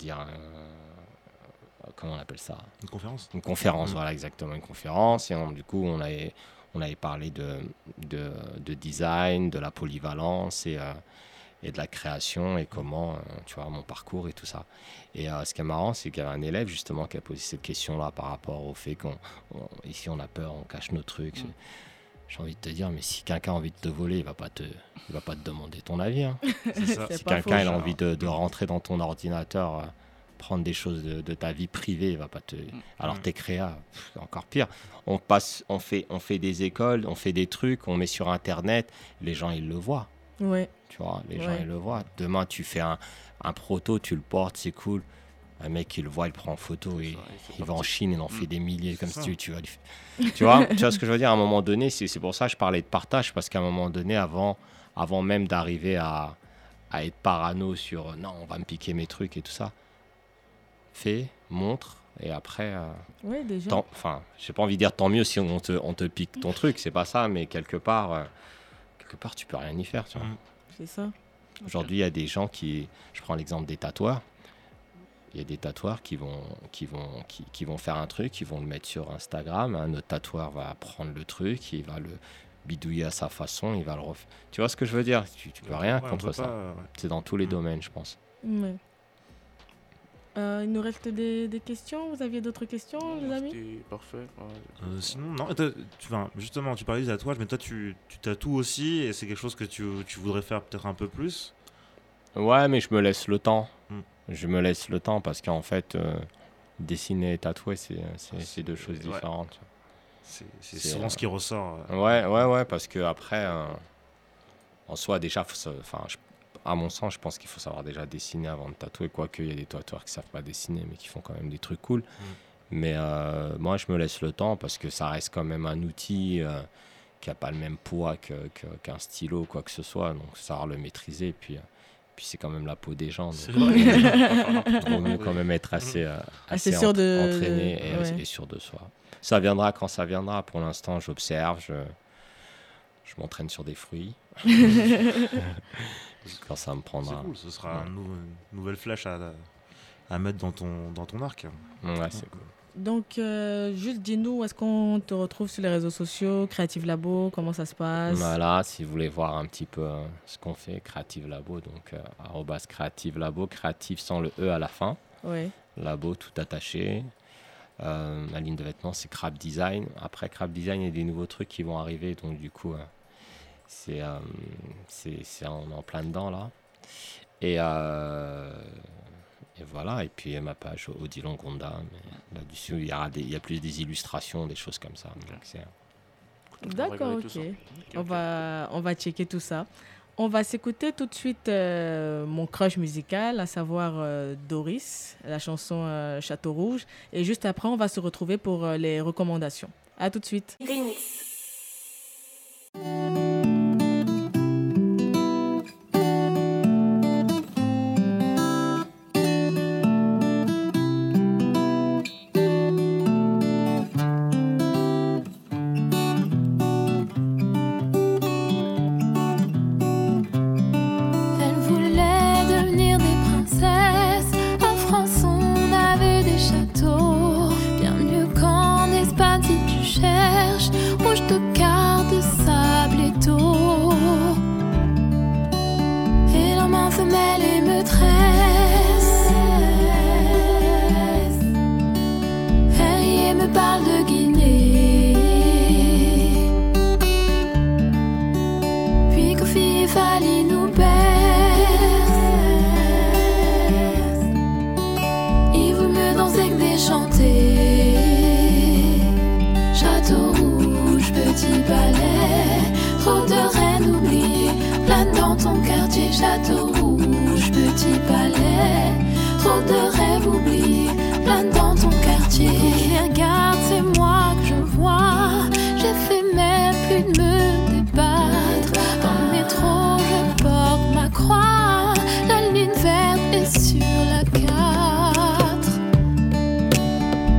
on appelle ça ? Une conférence. Une conférence, voilà, exactement, une conférence. Et du coup, on avait parlé de design, de la polyvalence et de la création et comment, tu vois, mon parcours et tout ça. Et ce qui est marrant, c'est qu'il y avait un élève justement qui a posé cette question-là par rapport au fait qu'ici on a peur, on cache nos trucs. J'ai envie de te dire, mais si quelqu'un a envie de te voler, il va pas te demander ton avis. Hein. C'est ça. Si quelqu'un a envie de rentrer dans ton ordinateur, prendre des choses de ta vie privée, il va pas te. Alors tes créas, encore pire. On fait des écoles, on fait des trucs, on met sur Internet, les gens ils le voient. Ouais. Tu vois, les gens ils le voient. Demain tu fais un proto, tu le portes, c'est cool. Un mec il le voit, il prend en photo et il va en Chine, il en fait des milliers comme si tu vois. Tu vois ce que je veux dire, à un moment donné, c'est pour ça que je parlais de partage, parce qu'à un moment donné, avant même d'arriver à être parano sur non, on va me piquer mes trucs et tout ça, fais, montre, et après ouais, déjà. J'ai pas envie de dire tant mieux si on te pique ton truc, c'est pas ça, mais quelque part tu peux rien y faire, tu vois. C'est ça. Aujourd'hui, il y a des gens je prends l'exemple des tatoueurs. Il y a des tatoueurs qui vont faire un truc, ils vont le mettre sur Instagram, un autre tatoueur va prendre le truc, il va le bidouiller à sa façon, il va le refaire. Tu vois ce que je veux dire ? Tu peux rien contre ça. C'est dans tous les domaines, je pense. Ouais. Il nous reste des questions. Vous aviez d'autres questions, les amis ? C'était parfait. Sinon, non. Justement, tu parlais des tatouages, mais toi, tu tatoues aussi, et c'est quelque chose que tu voudrais faire peut-être un peu plus ? Ouais, mais je me laisse le temps. Je me laisse le temps parce qu'en fait, dessiner et tatouer, c'est 2 choses différentes. C'est souvent ce qui ressort. Ouais, parce qu'après, en soi, déjà, à mon sens, je pense qu'il faut savoir déjà dessiner avant de tatouer. Quoique, il y a des tatoueurs qui ne savent pas dessiner, mais qui font quand même des trucs cool. Mais moi, je me laisse le temps parce que ça reste quand même un outil qui n'a pas le même poids qu'un stylo ou quoi que ce soit. Donc, savoir le maîtriser. Puis c'est quand même la peau des gens. Donc, il vaut mieux quand même être assez sûr entraîné et sûr de soi. Ça viendra quand ça viendra. Pour l'instant, j'observe, je m'entraîne sur des fruits. Quand ça me prendra. C'est cool, ce sera une nouvelle flèche à mettre dans ton arc. Ouais, c'est cool. Donc, juste dis-nous, où est-ce qu'on te retrouve sur les réseaux sociaux, Creative Labo, comment ça se passe ? Voilà, si vous voulez voir un petit peu ce qu'on fait, Creative Labo, donc @Creative Labo, créatif sans le E à la fin. Ouais. Labo tout attaché. La ligne de vêtements, c'est Crap Design. Après Crap Design, il y a des nouveaux trucs qui vont arriver, donc du coup, on est en plein dedans là. Et voilà, et puis ma page Odilon Gonda, mais là-dessus il y a plus des illustrations, des choses comme ça. Donc d'accord, ok. On va checker tout ça. On va s'écouter tout de suite mon crush musical, à savoir Doris, la chanson Château Rouge. Et juste après, on va se retrouver pour les recommandations. À tout de suite. Château rouge, petit palais, trop de rêves oubliés, planent dans ton quartier. Regarde, c'est moi que je vois, j'ai fait même plus de me débattre. Dans le métro, je porte ma croix, la ligne verte est sur la 4.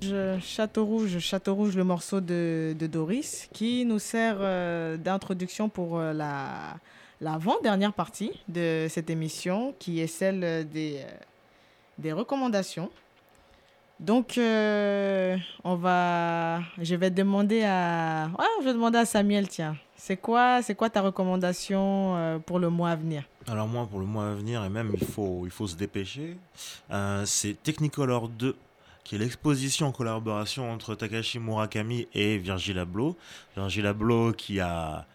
Château Rouge, le morceau de Doris, qui nous sert d'introduction pour l'avant-dernière partie de cette émission, qui est celle des recommandations. Donc, je vais demander à Samuel, tiens, c'est quoi ta recommandation pour le mois à venir? Alors moi, pour le mois à venir, et même il faut se dépêcher, c'est Technicolor 2, qui est l'exposition en collaboration entre Takashi Murakami et Virgil Abloh. Virgil Abloh qui a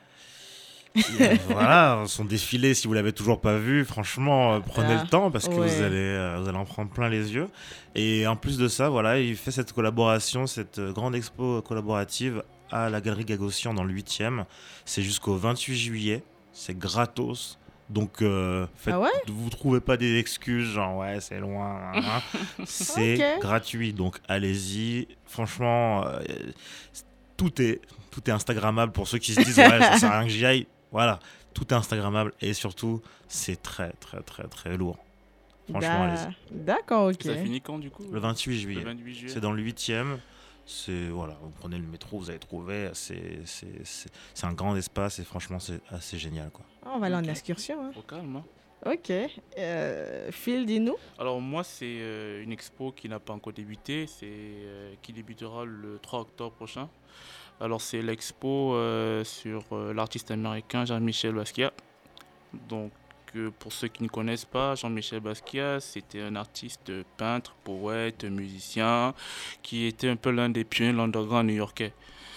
voilà, son défilé, si vous l'avez toujours pas vu, franchement, prenez le temps parce que vous allez en prendre plein les yeux. Et en plus de ça, voilà, il fait cette collaboration, cette grande expo collaborative à la Galerie Gagosian dans le 8e. C'est jusqu'au 28 juillet, c'est gratos. Donc, vous trouvez pas des excuses, genre ouais, c'est loin. C'est gratuit, donc allez-y. Franchement, tout est Instagrammable pour ceux qui se disent ouais, ça sert à rien que j'y aille. Voilà, tout est Instagrammable et surtout, c'est très, très, très, très lourd. Franchement, allez-y. D'accord, ok. Ça finit quand du coup? Le 28 juillet. Le 28 juillet. C'est dans le 8e. Voilà, vous prenez le métro, vous allez trouver. C'est un grand espace et franchement, c'est assez génial, quoi. On va aller en excursion. Hein. Au calme. Hein. Ok. Phil, dis-nous. Alors moi, c'est une expo qui n'a pas encore débuté, qui débutera le 3 octobre prochain. Alors c'est l'expo sur l'artiste américain Jean-Michel Basquiat. Donc pour ceux qui ne connaissent pas, Jean-Michel Basquiat, c'était un artiste peintre, poète, musicien, qui était un peu l'un des pionniers de l'underground new-yorkais.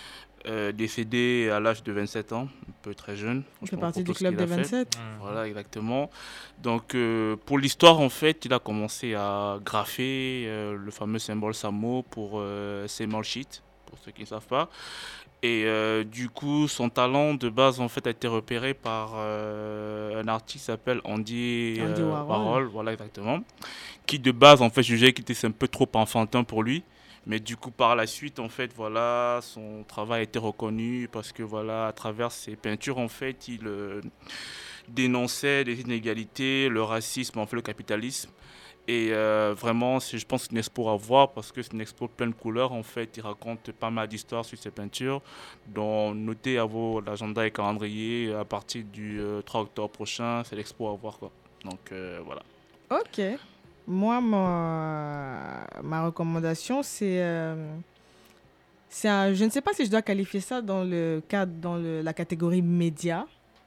Décédé à l'âge de 27 ans, un peu très jeune. Il fait partie du club des 27. Voilà, exactement. Donc, pour l'histoire, en fait, il a commencé à graffer le fameux symbole SAMO pour Seymour Sheet, pour ceux qui ne savent pas. Et du coup, son talent de base, en fait, a été repéré par un artiste qui s'appelle Andy Warhol. Voilà, exactement. Qui, de base, en fait, jugeait qu'il était un peu trop enfantin pour lui. Mais du coup, par la suite, en fait, voilà, son travail a été reconnu parce que, voilà, à travers ses peintures, en fait, il dénonçait les inégalités, le racisme, en fait, le capitalisme. Et vraiment, je pense que c'est une expo à voir parce que c'est une expo pleine de couleurs. En fait, il raconte pas mal d'histoires sur ses peintures. Donc, notez à vos agenda et calendrier à partir du 3 octobre prochain. C'est l'expo à voir, quoi. Donc, voilà. Ok. Moi, ma recommandation, c'est je ne sais pas si je dois qualifier ça dans la catégorie média,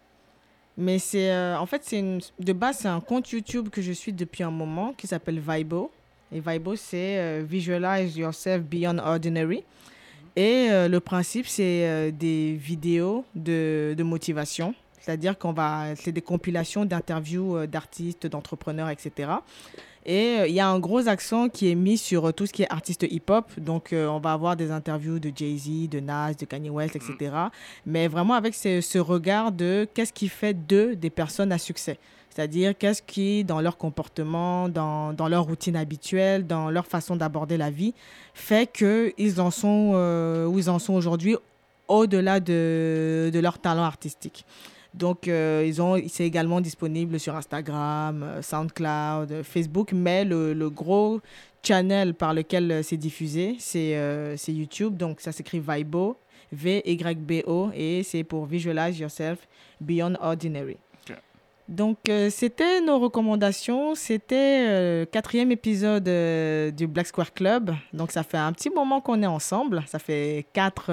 mais en fait, de base, c'est un compte YouTube que je suis depuis un moment qui s'appelle Vibo. Et Vibo, c'est Visualize Yourself Beyond Ordinary. Et le principe, c'est des vidéos de motivation. C'est-à-dire c'est des compilations d'interviews d'artistes, d'entrepreneurs, etc. Et il y a un gros accent qui est mis sur tout ce qui est artiste hip-hop. Donc, on va avoir des interviews de Jay-Z, de Nas, de Kanye West, etc. Mais vraiment avec ce regard de qu'est-ce qui fait d'eux des personnes à succès. C'est-à-dire qu'est-ce qui, dans leur comportement, dans leur routine habituelle, dans leur façon d'aborder la vie, fait qu'ils en sont où ils en sont aujourd'hui au-delà de leur talent artistique. Donc, c'est également disponible sur Instagram, SoundCloud, Facebook, mais le gros channel par lequel c'est diffusé, c'est YouTube. Donc, ça s'écrit Vibo, V-Y-B-O, et c'est pour Visualize Yourself Beyond Ordinary. Okay. Donc, c'était nos recommandations. C'était le 4e épisode du Black Square Club. Donc, ça fait un petit moment qu'on est ensemble. Ça fait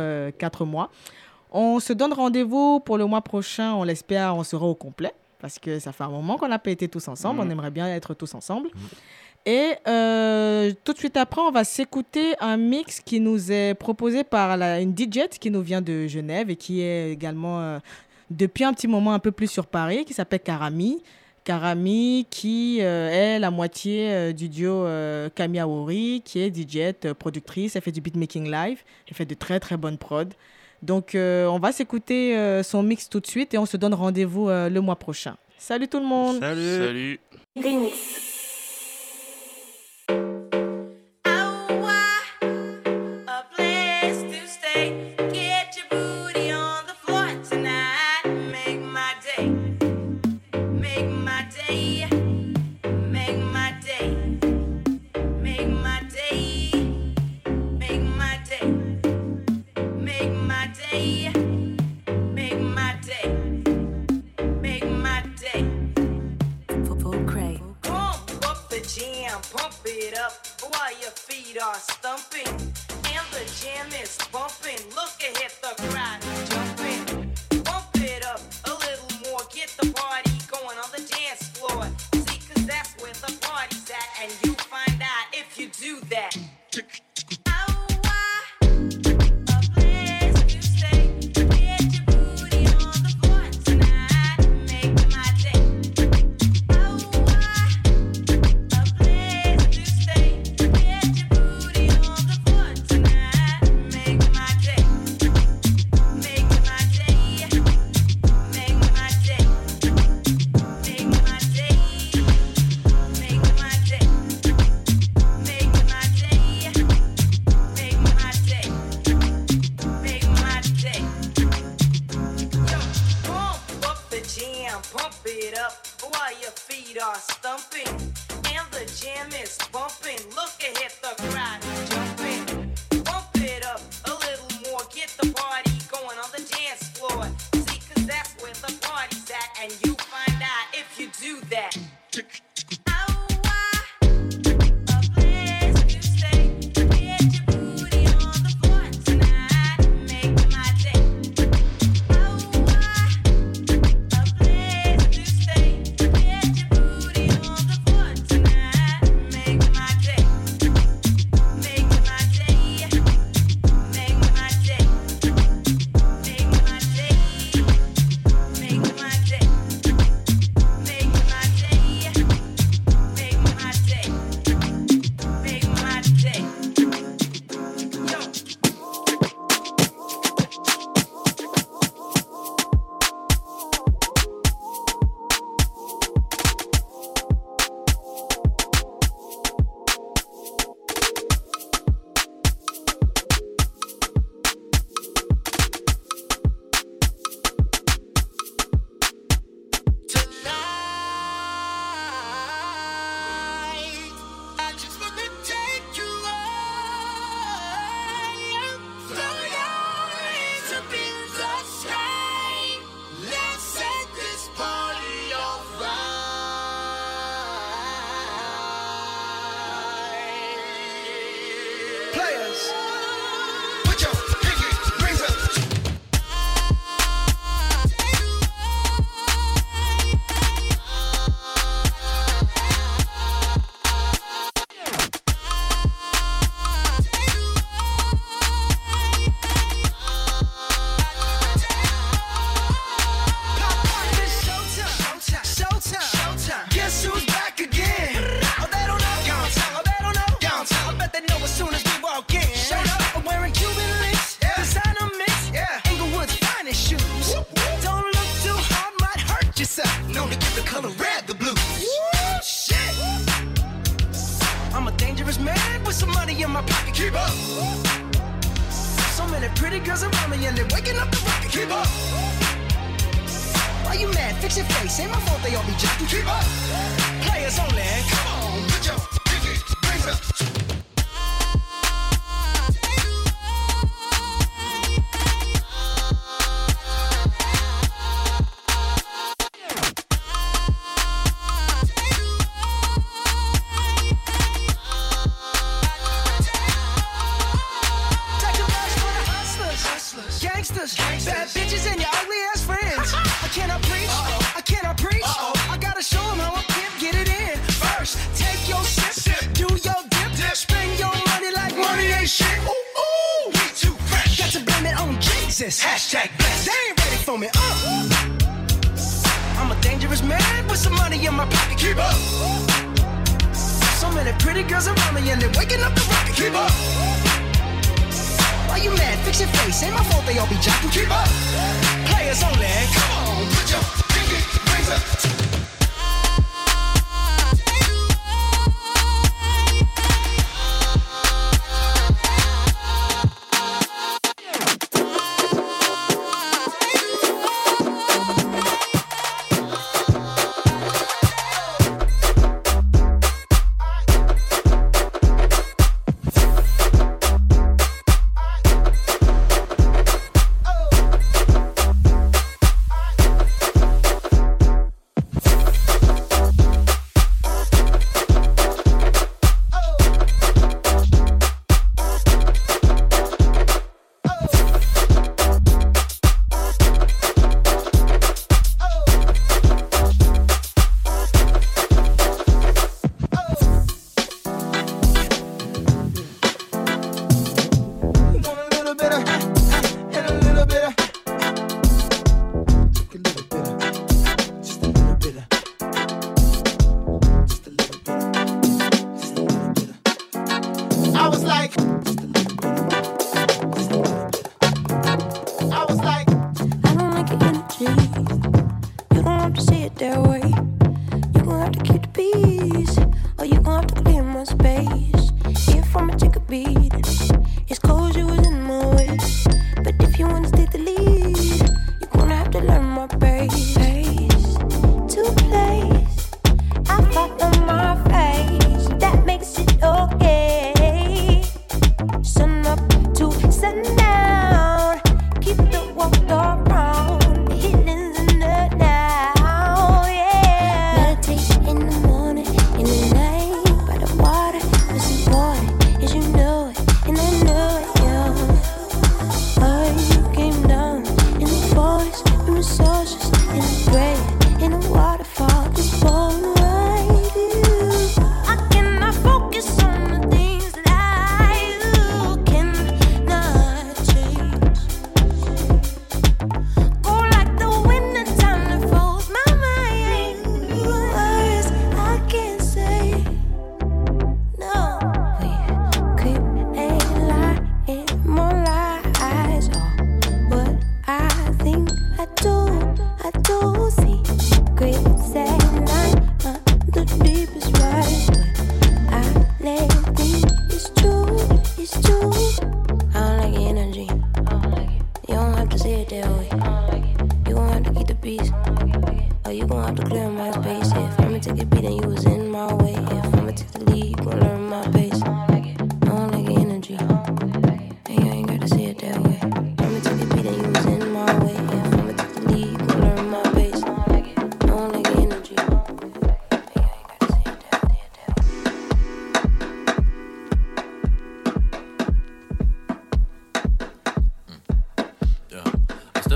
4 mois. On se donne rendez-vous pour le mois prochain, on l'espère, on sera au complet, parce que ça fait un moment qu'on n'a pas été tous ensemble, on aimerait bien être tous ensemble. Et tout de suite après, on va s'écouter un mix qui nous est proposé par une DJ qui nous vient de Genève et qui est également, depuis un petit moment, un peu plus sur Paris, qui s'appelle Karami. Karami, qui est la moitié du duo Kami Aori, qui est DJ, productrice, elle fait du beatmaking live, elle fait de très très bonnes prods. Donc, on va s'écouter son mix tout de suite et on se donne rendez-vous le mois prochain. Salut tout le monde. Salut. Make my day. is bumping. Look ahead, the crowd jumping. Bump it up a little more. Get the party going on the dance floor. See, 'cause that's where the party's at. And you find out if you do that.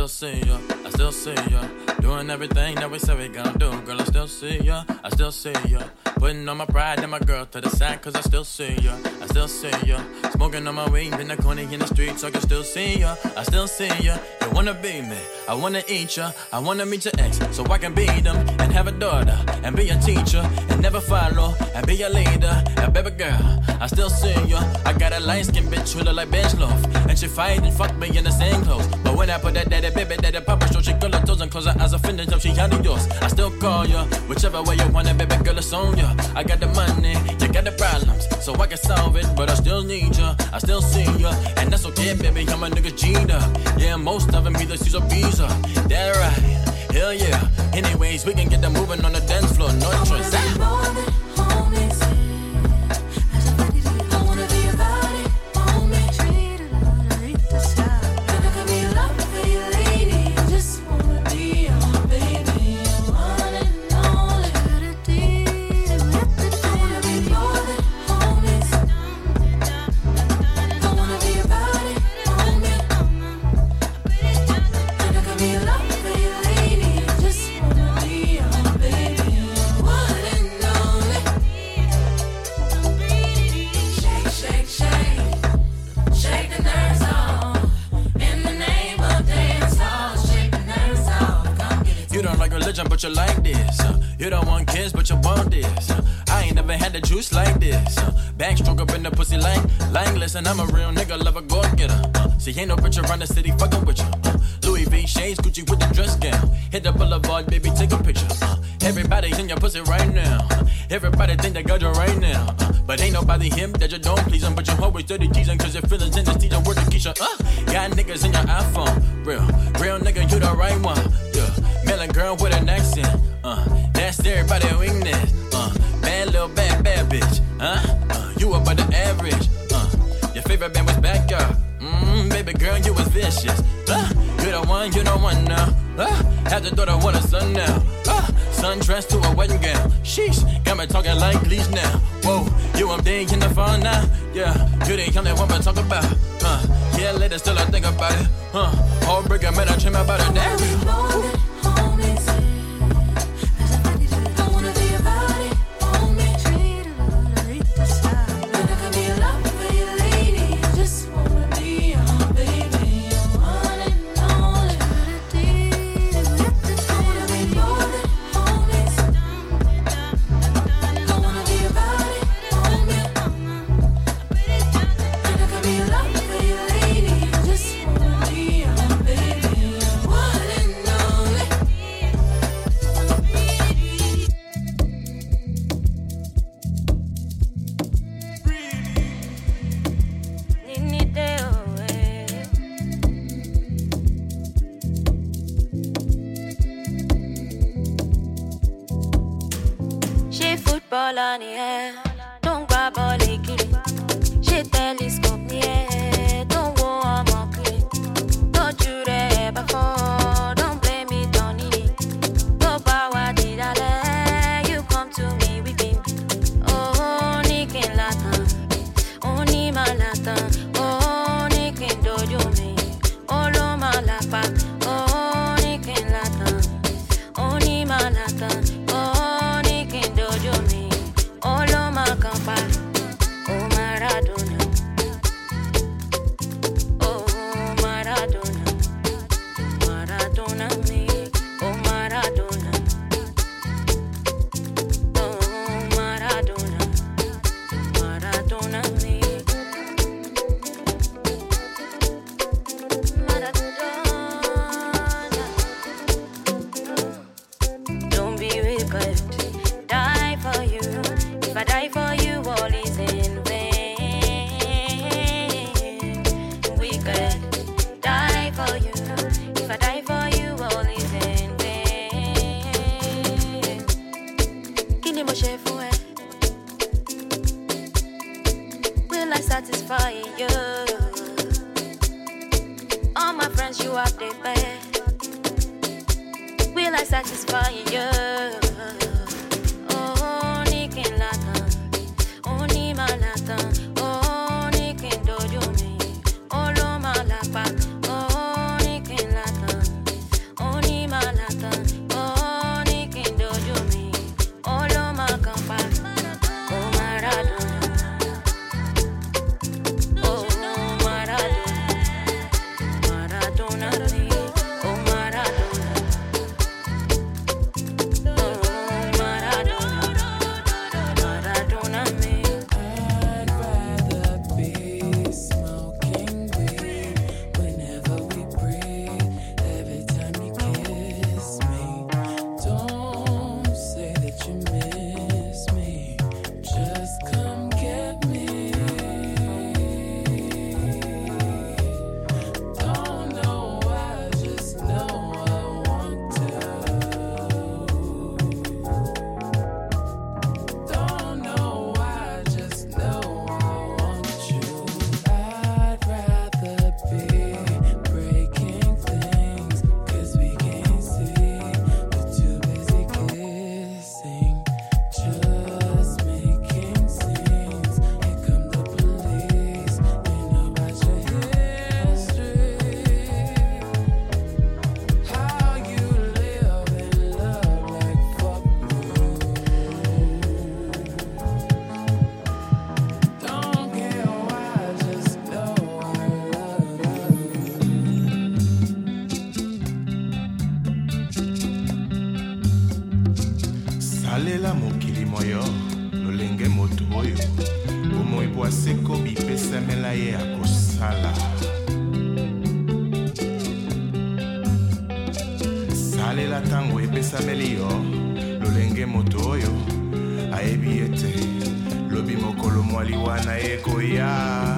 still see ya, I still see ya. Doing everything that we said we gonna do, girl, I still see ya, I still see ya. Putting all my pride and my girl to the side, cause I still see ya, I still see ya. Smoking on my weed in the corner in the street, so I can still see ya, I still see ya. You wanna be me, I wanna eat ya, I wanna meet your ex, so I can be them, and have a daughter, and be a teacher, and never follow, and be a leader, and baby girl, I still see ya. I got a light-skinned bitch who look like bench loaf, and she fight and fuck me in the same clothes. But when I put that daddy baby, daddy papa show, she curl her toes and close her eyes, offended up, she out of yours. I still call ya, whichever way you want it, baby girl, it's on ya. I got the money, you got the problems, so I can solve it, but I still need ya, I still see ya, and that's okay, baby, I'm a nigga G'd up. Yeah, most of them either C's or B's up. That right, hell yeah. Anyways, we can get them moving on the dance floor, no choice. But you like this, you don't want kids, but you want this. I ain't never had the juice like this. Backstroke up in the pussy like listen, I'm a real nigga, love a go-getter. See, ain't no bitch around the city fucking with you. Louis V shades, Gucci with the dress gown. Hit the boulevard, baby, take a picture. Everybody in your pussy right now. Everybody think they got you right now. But ain't nobody him that you don't please them. But you always dirty teasing, cause your feelings in the teacher word to Keisha. Got niggas in your iPhone. Real nigga, you the right one. Yeah. Melon girl with an accent. That's everybody weakness. Bad little bad bitch. You above the average. Your favorite band was Backyard. Baby girl, you was vicious. You the one now. Have the daughter want a son now. Sundress to a wedding gown. Sheesh, got me talking like Gleesh now. Whoa, you I'm big in the phone now. Yeah, you the only one to talk about. Yeah, later still I think about it. Heartbreaker, man, I dream about it. Damn. Don't grab all the kitty. She telescope me, don't go on my clip. Don't you ever fall, don't blame it on it. Go power did I let you come to me with him. Oh, Nikin Latan, oh, Nima Latan, oh, Nikin Dojo me, oh, Loma Lapa, oh, Nikin Latan, oh, Nima Latan, oh, Nikin Dojo me. Olo Macampa, oh Maradona, oh Maradona, Maradona me, oh Maradona, oh Maradona, Maradona me, Maradona. Don't be wicked, die for you. If I die for you, all is in vain. We could die for you. If I die for you, all is in vain. Kini mo ṣe fún ẹ? Will I satisfy you? All my friends, you have the best. Will I satisfy you? Oh, salela mokili moyo lolenge moto oyo bomoi bwaseko bipesamela ye akosala salela ntango epesameli yo lolenge moto oyo ayebi ete lobi mokolo mwali wana ekoya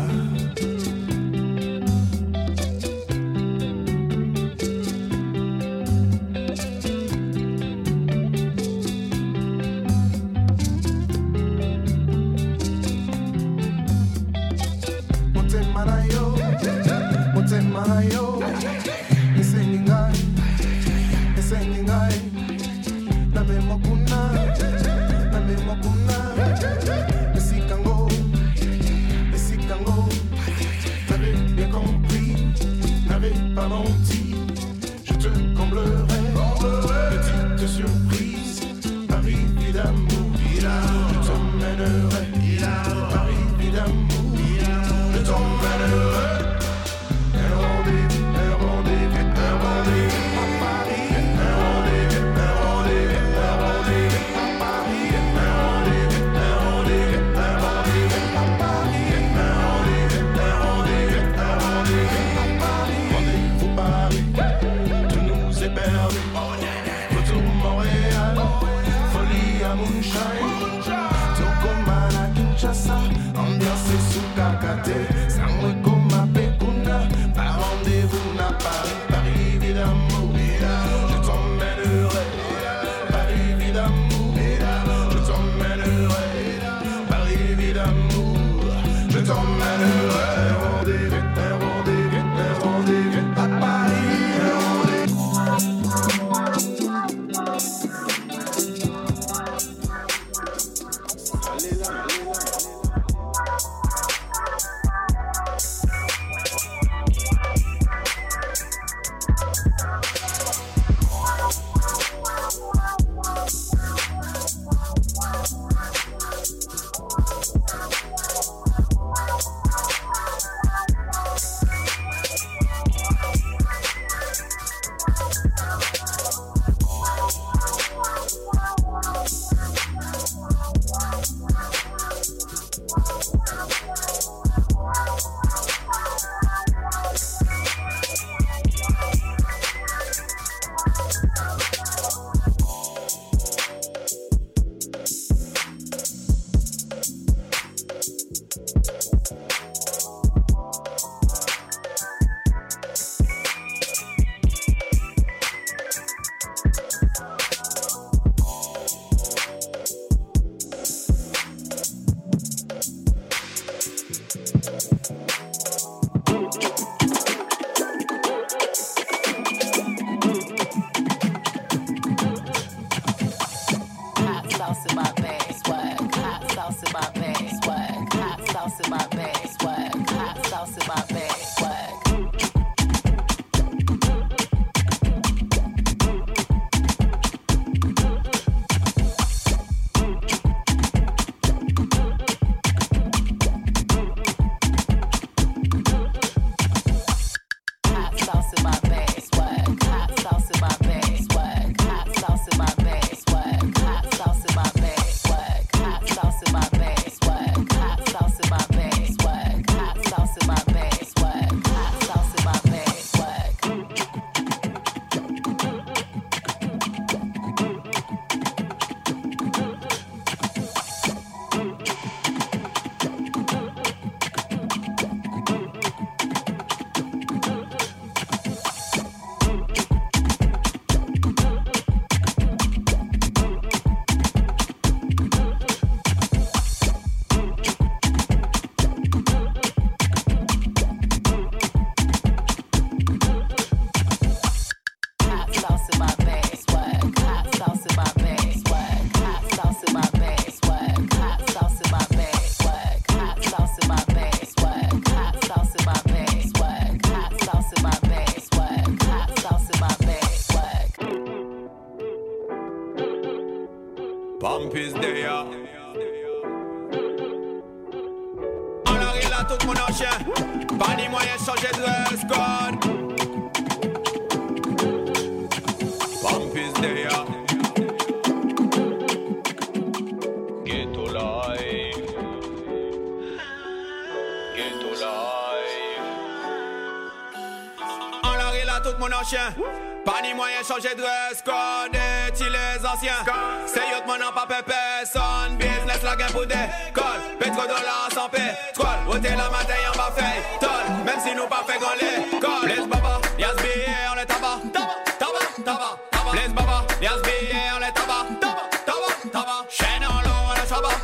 là tout mon en chien. Pas ni moyen changer dress code, et les anciens. C'est yacht mon en pas personne. Business la gain pour des cols. Pétrodollars sans pétrole. Ôtez la matin en bas fait toll. Même si nous pas fait grand l'école. Les baba, y'a ce billet, on les tabac. Tabac. Les baba, y'a ce billet, on les tabac. Tabac. Chaîne en l'eau, on la chaba.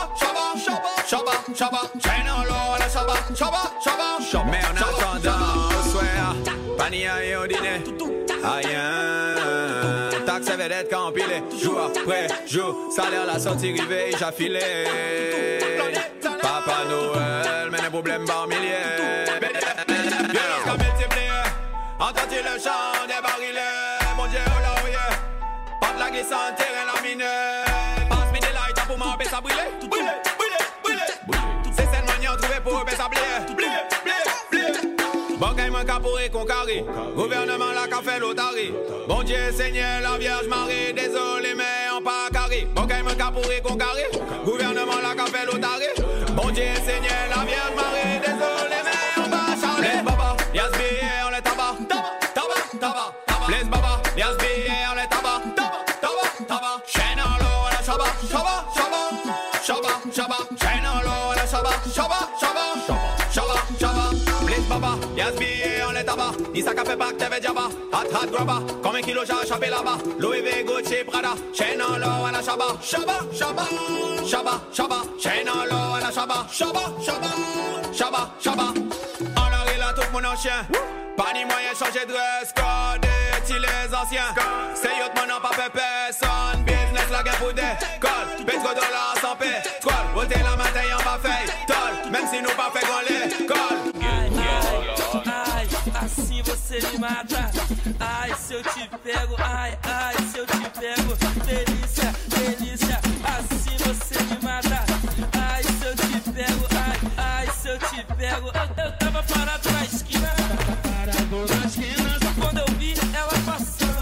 Chaîne en l'eau, on la chaba. Mais en attendant, au soir, pas ni rien au dîner. Rien. Taxe vedette quand empilé. Jour après jour, salaire la sortie rivée, j'affilé. Papa Noël, mais les problèmes par milliers. Violence comme multiplié. Entends-tu le chant des barilets? Mon Dieu, oh là, oh yeah. Pas de la glissante, terrain laminé. Passe-moi des lights pour m'empêcher ça brûler. C'est cette manière trouvée pour empêcher ça brûler. Bon, quand il manque à pourrir qu'on carré. Gouvernement la qu'a fait l'otarie. Bon Dieu, Seigneur, la Vierge Marie. Désolé, mais on pas carré. Bon, quand il manque à pourrir qu'on carré. Gouvernement la qu'a fait l'otarie. Bon Dieu, Seigneur, la Vierge Marie. Désolé, mais on pas charler. Les baba, y'a ce billet, on les tabac. Les baba, y'a ce billet, on les tabac. Chaîne en l'eau, on la chaba. Chaîne en l'eau, on la chaba. Les baba, y'a ce billet, on les tabac. Ni ça qu'a fait bac, t'avais diaba. Hot grabba, combien kilos j'ai chapé là-bas. Louis V, Gucci, Prada. Chaîne en l'eau, on la chaba. Chaîne en l'eau, on la chaba. En arrive là, tout mon en chien. Pas ni moyen changer de dress code, et les anciens. C'est yacht mon en pas fait personne. Business la gain pour des cols. Pétrodollars sans pétrole. Ôtez la matin en pas fait toll. Même si nous pas fait grand l'école. Ai, assim você me mata. Ai, se eu te pego, ai, se eu te pego. Delícia, assim você me mata. Ai, se eu te pego, ai, se eu te pego. Eu tava parado na esquina. Quando eu vi ela passando.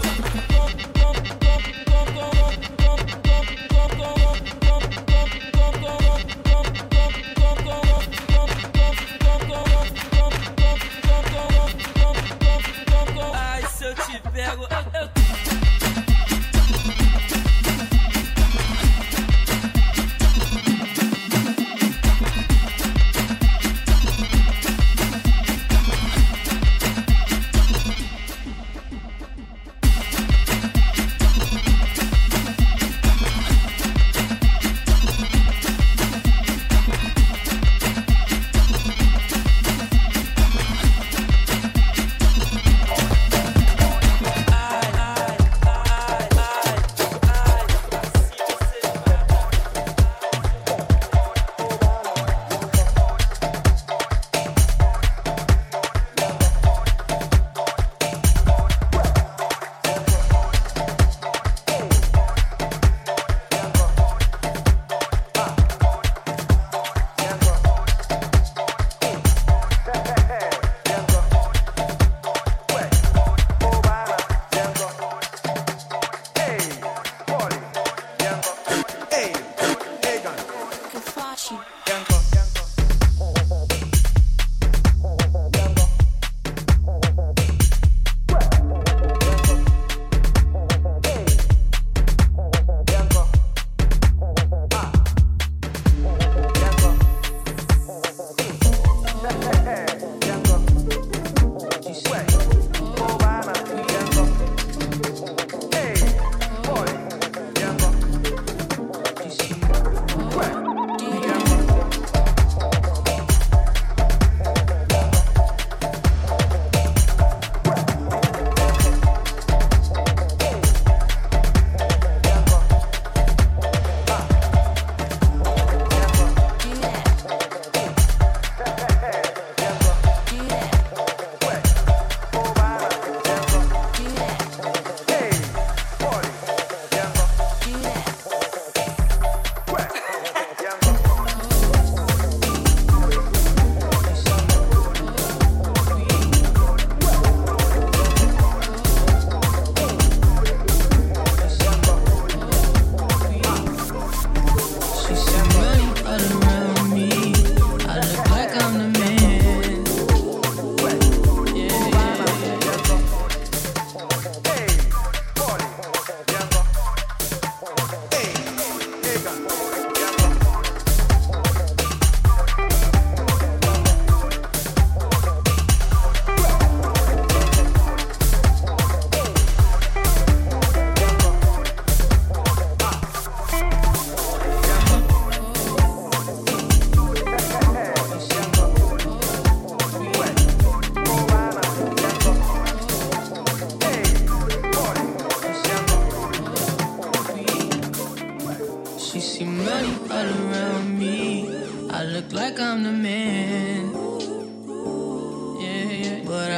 Ai, se eu te pego,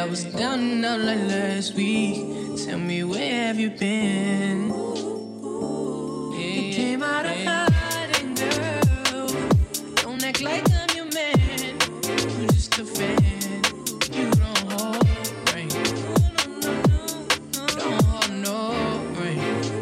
was down and out like last week. Tell me, where have you been? It came out of hiding, girl. Don't act like I'm your man. You're just a fan. You don't hold rain. Don't hold no rain.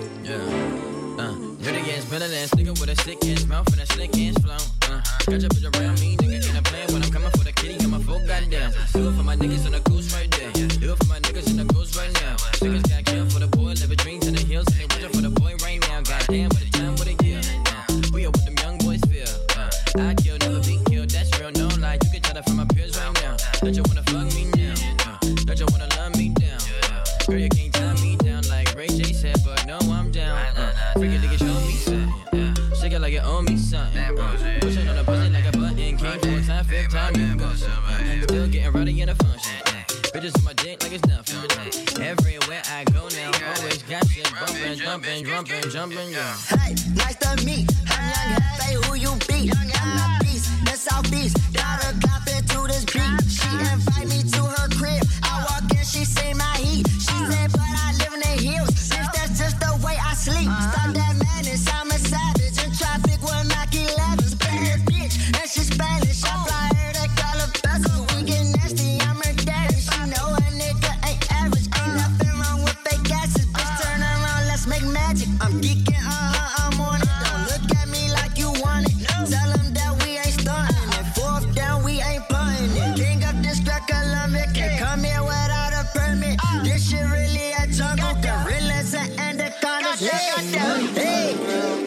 Yeah. Dirty ass, better than nigga with a sick ass mouth and a slick ass flow. Got your bitch around me, nigga, in a plan when I'm coming for the kitty, I'm a full goddamn. Do it for my niggas in the coast right there. Do it for my niggas in the coast right now. Niggas got killed for the boy, live a dream to the hills, and they watching for the boy right now. Goddamn, what a time, what a year. We are what them young boys feel. I kill, never be killed, that's real, no lie. You can tell that from my peers right now. Don't you wanna fuck me now? Don't you wanna love me down? Girl, you can't tie me down like Ray J said, but no, I'm down. Freaking nigga, show me something. Shake it like you owe me something. Pushing on the pussy like a button. Came 4 times, 5th time, you go. Still getting rowdy in the function. Bitches on my dick like it's nothing. Everywhere I go now, always got shit bumping, jumping, yeah. Hey, nice to meet. I'm young, say who you be. I'm a beast, the Southeast. Gotta clap into this beat. She invite me to her crib. I walk in, she say my heat. She said, but I live in the hills. Bitch, that's just the way I sleep. Stop that madness, I'm a savage. In traffic with Mac 11s. Bad bitch, and she Spanish. I fly her to Calabasas. We get nasty, I'm her daddy. She know a nigga ain't average. Ain't nothing wrong with fake asses. Bitch, turn around, let's make magic. I'm geeking, I'm on it. Don't look at me like you want it. Tell them that we ain't starting it. 4th down, we ain't playing it. King of this track, Columbia. Can't come here without a permit. This shit really a jungle. Gorillas and anacondas. Hey,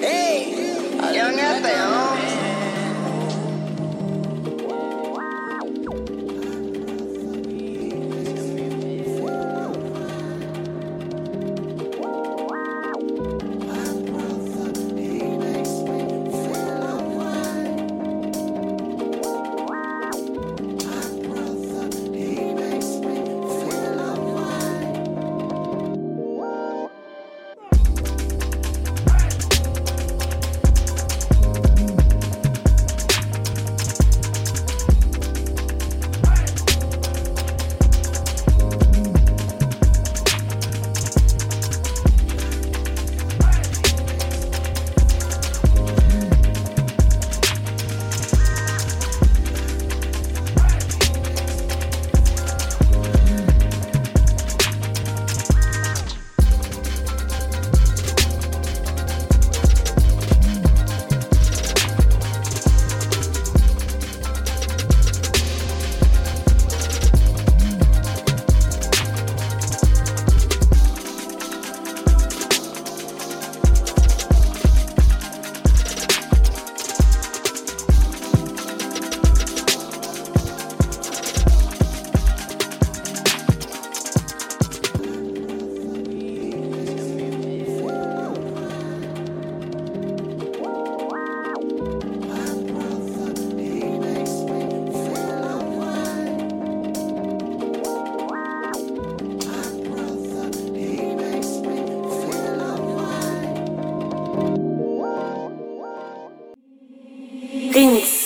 young F.A. Remix.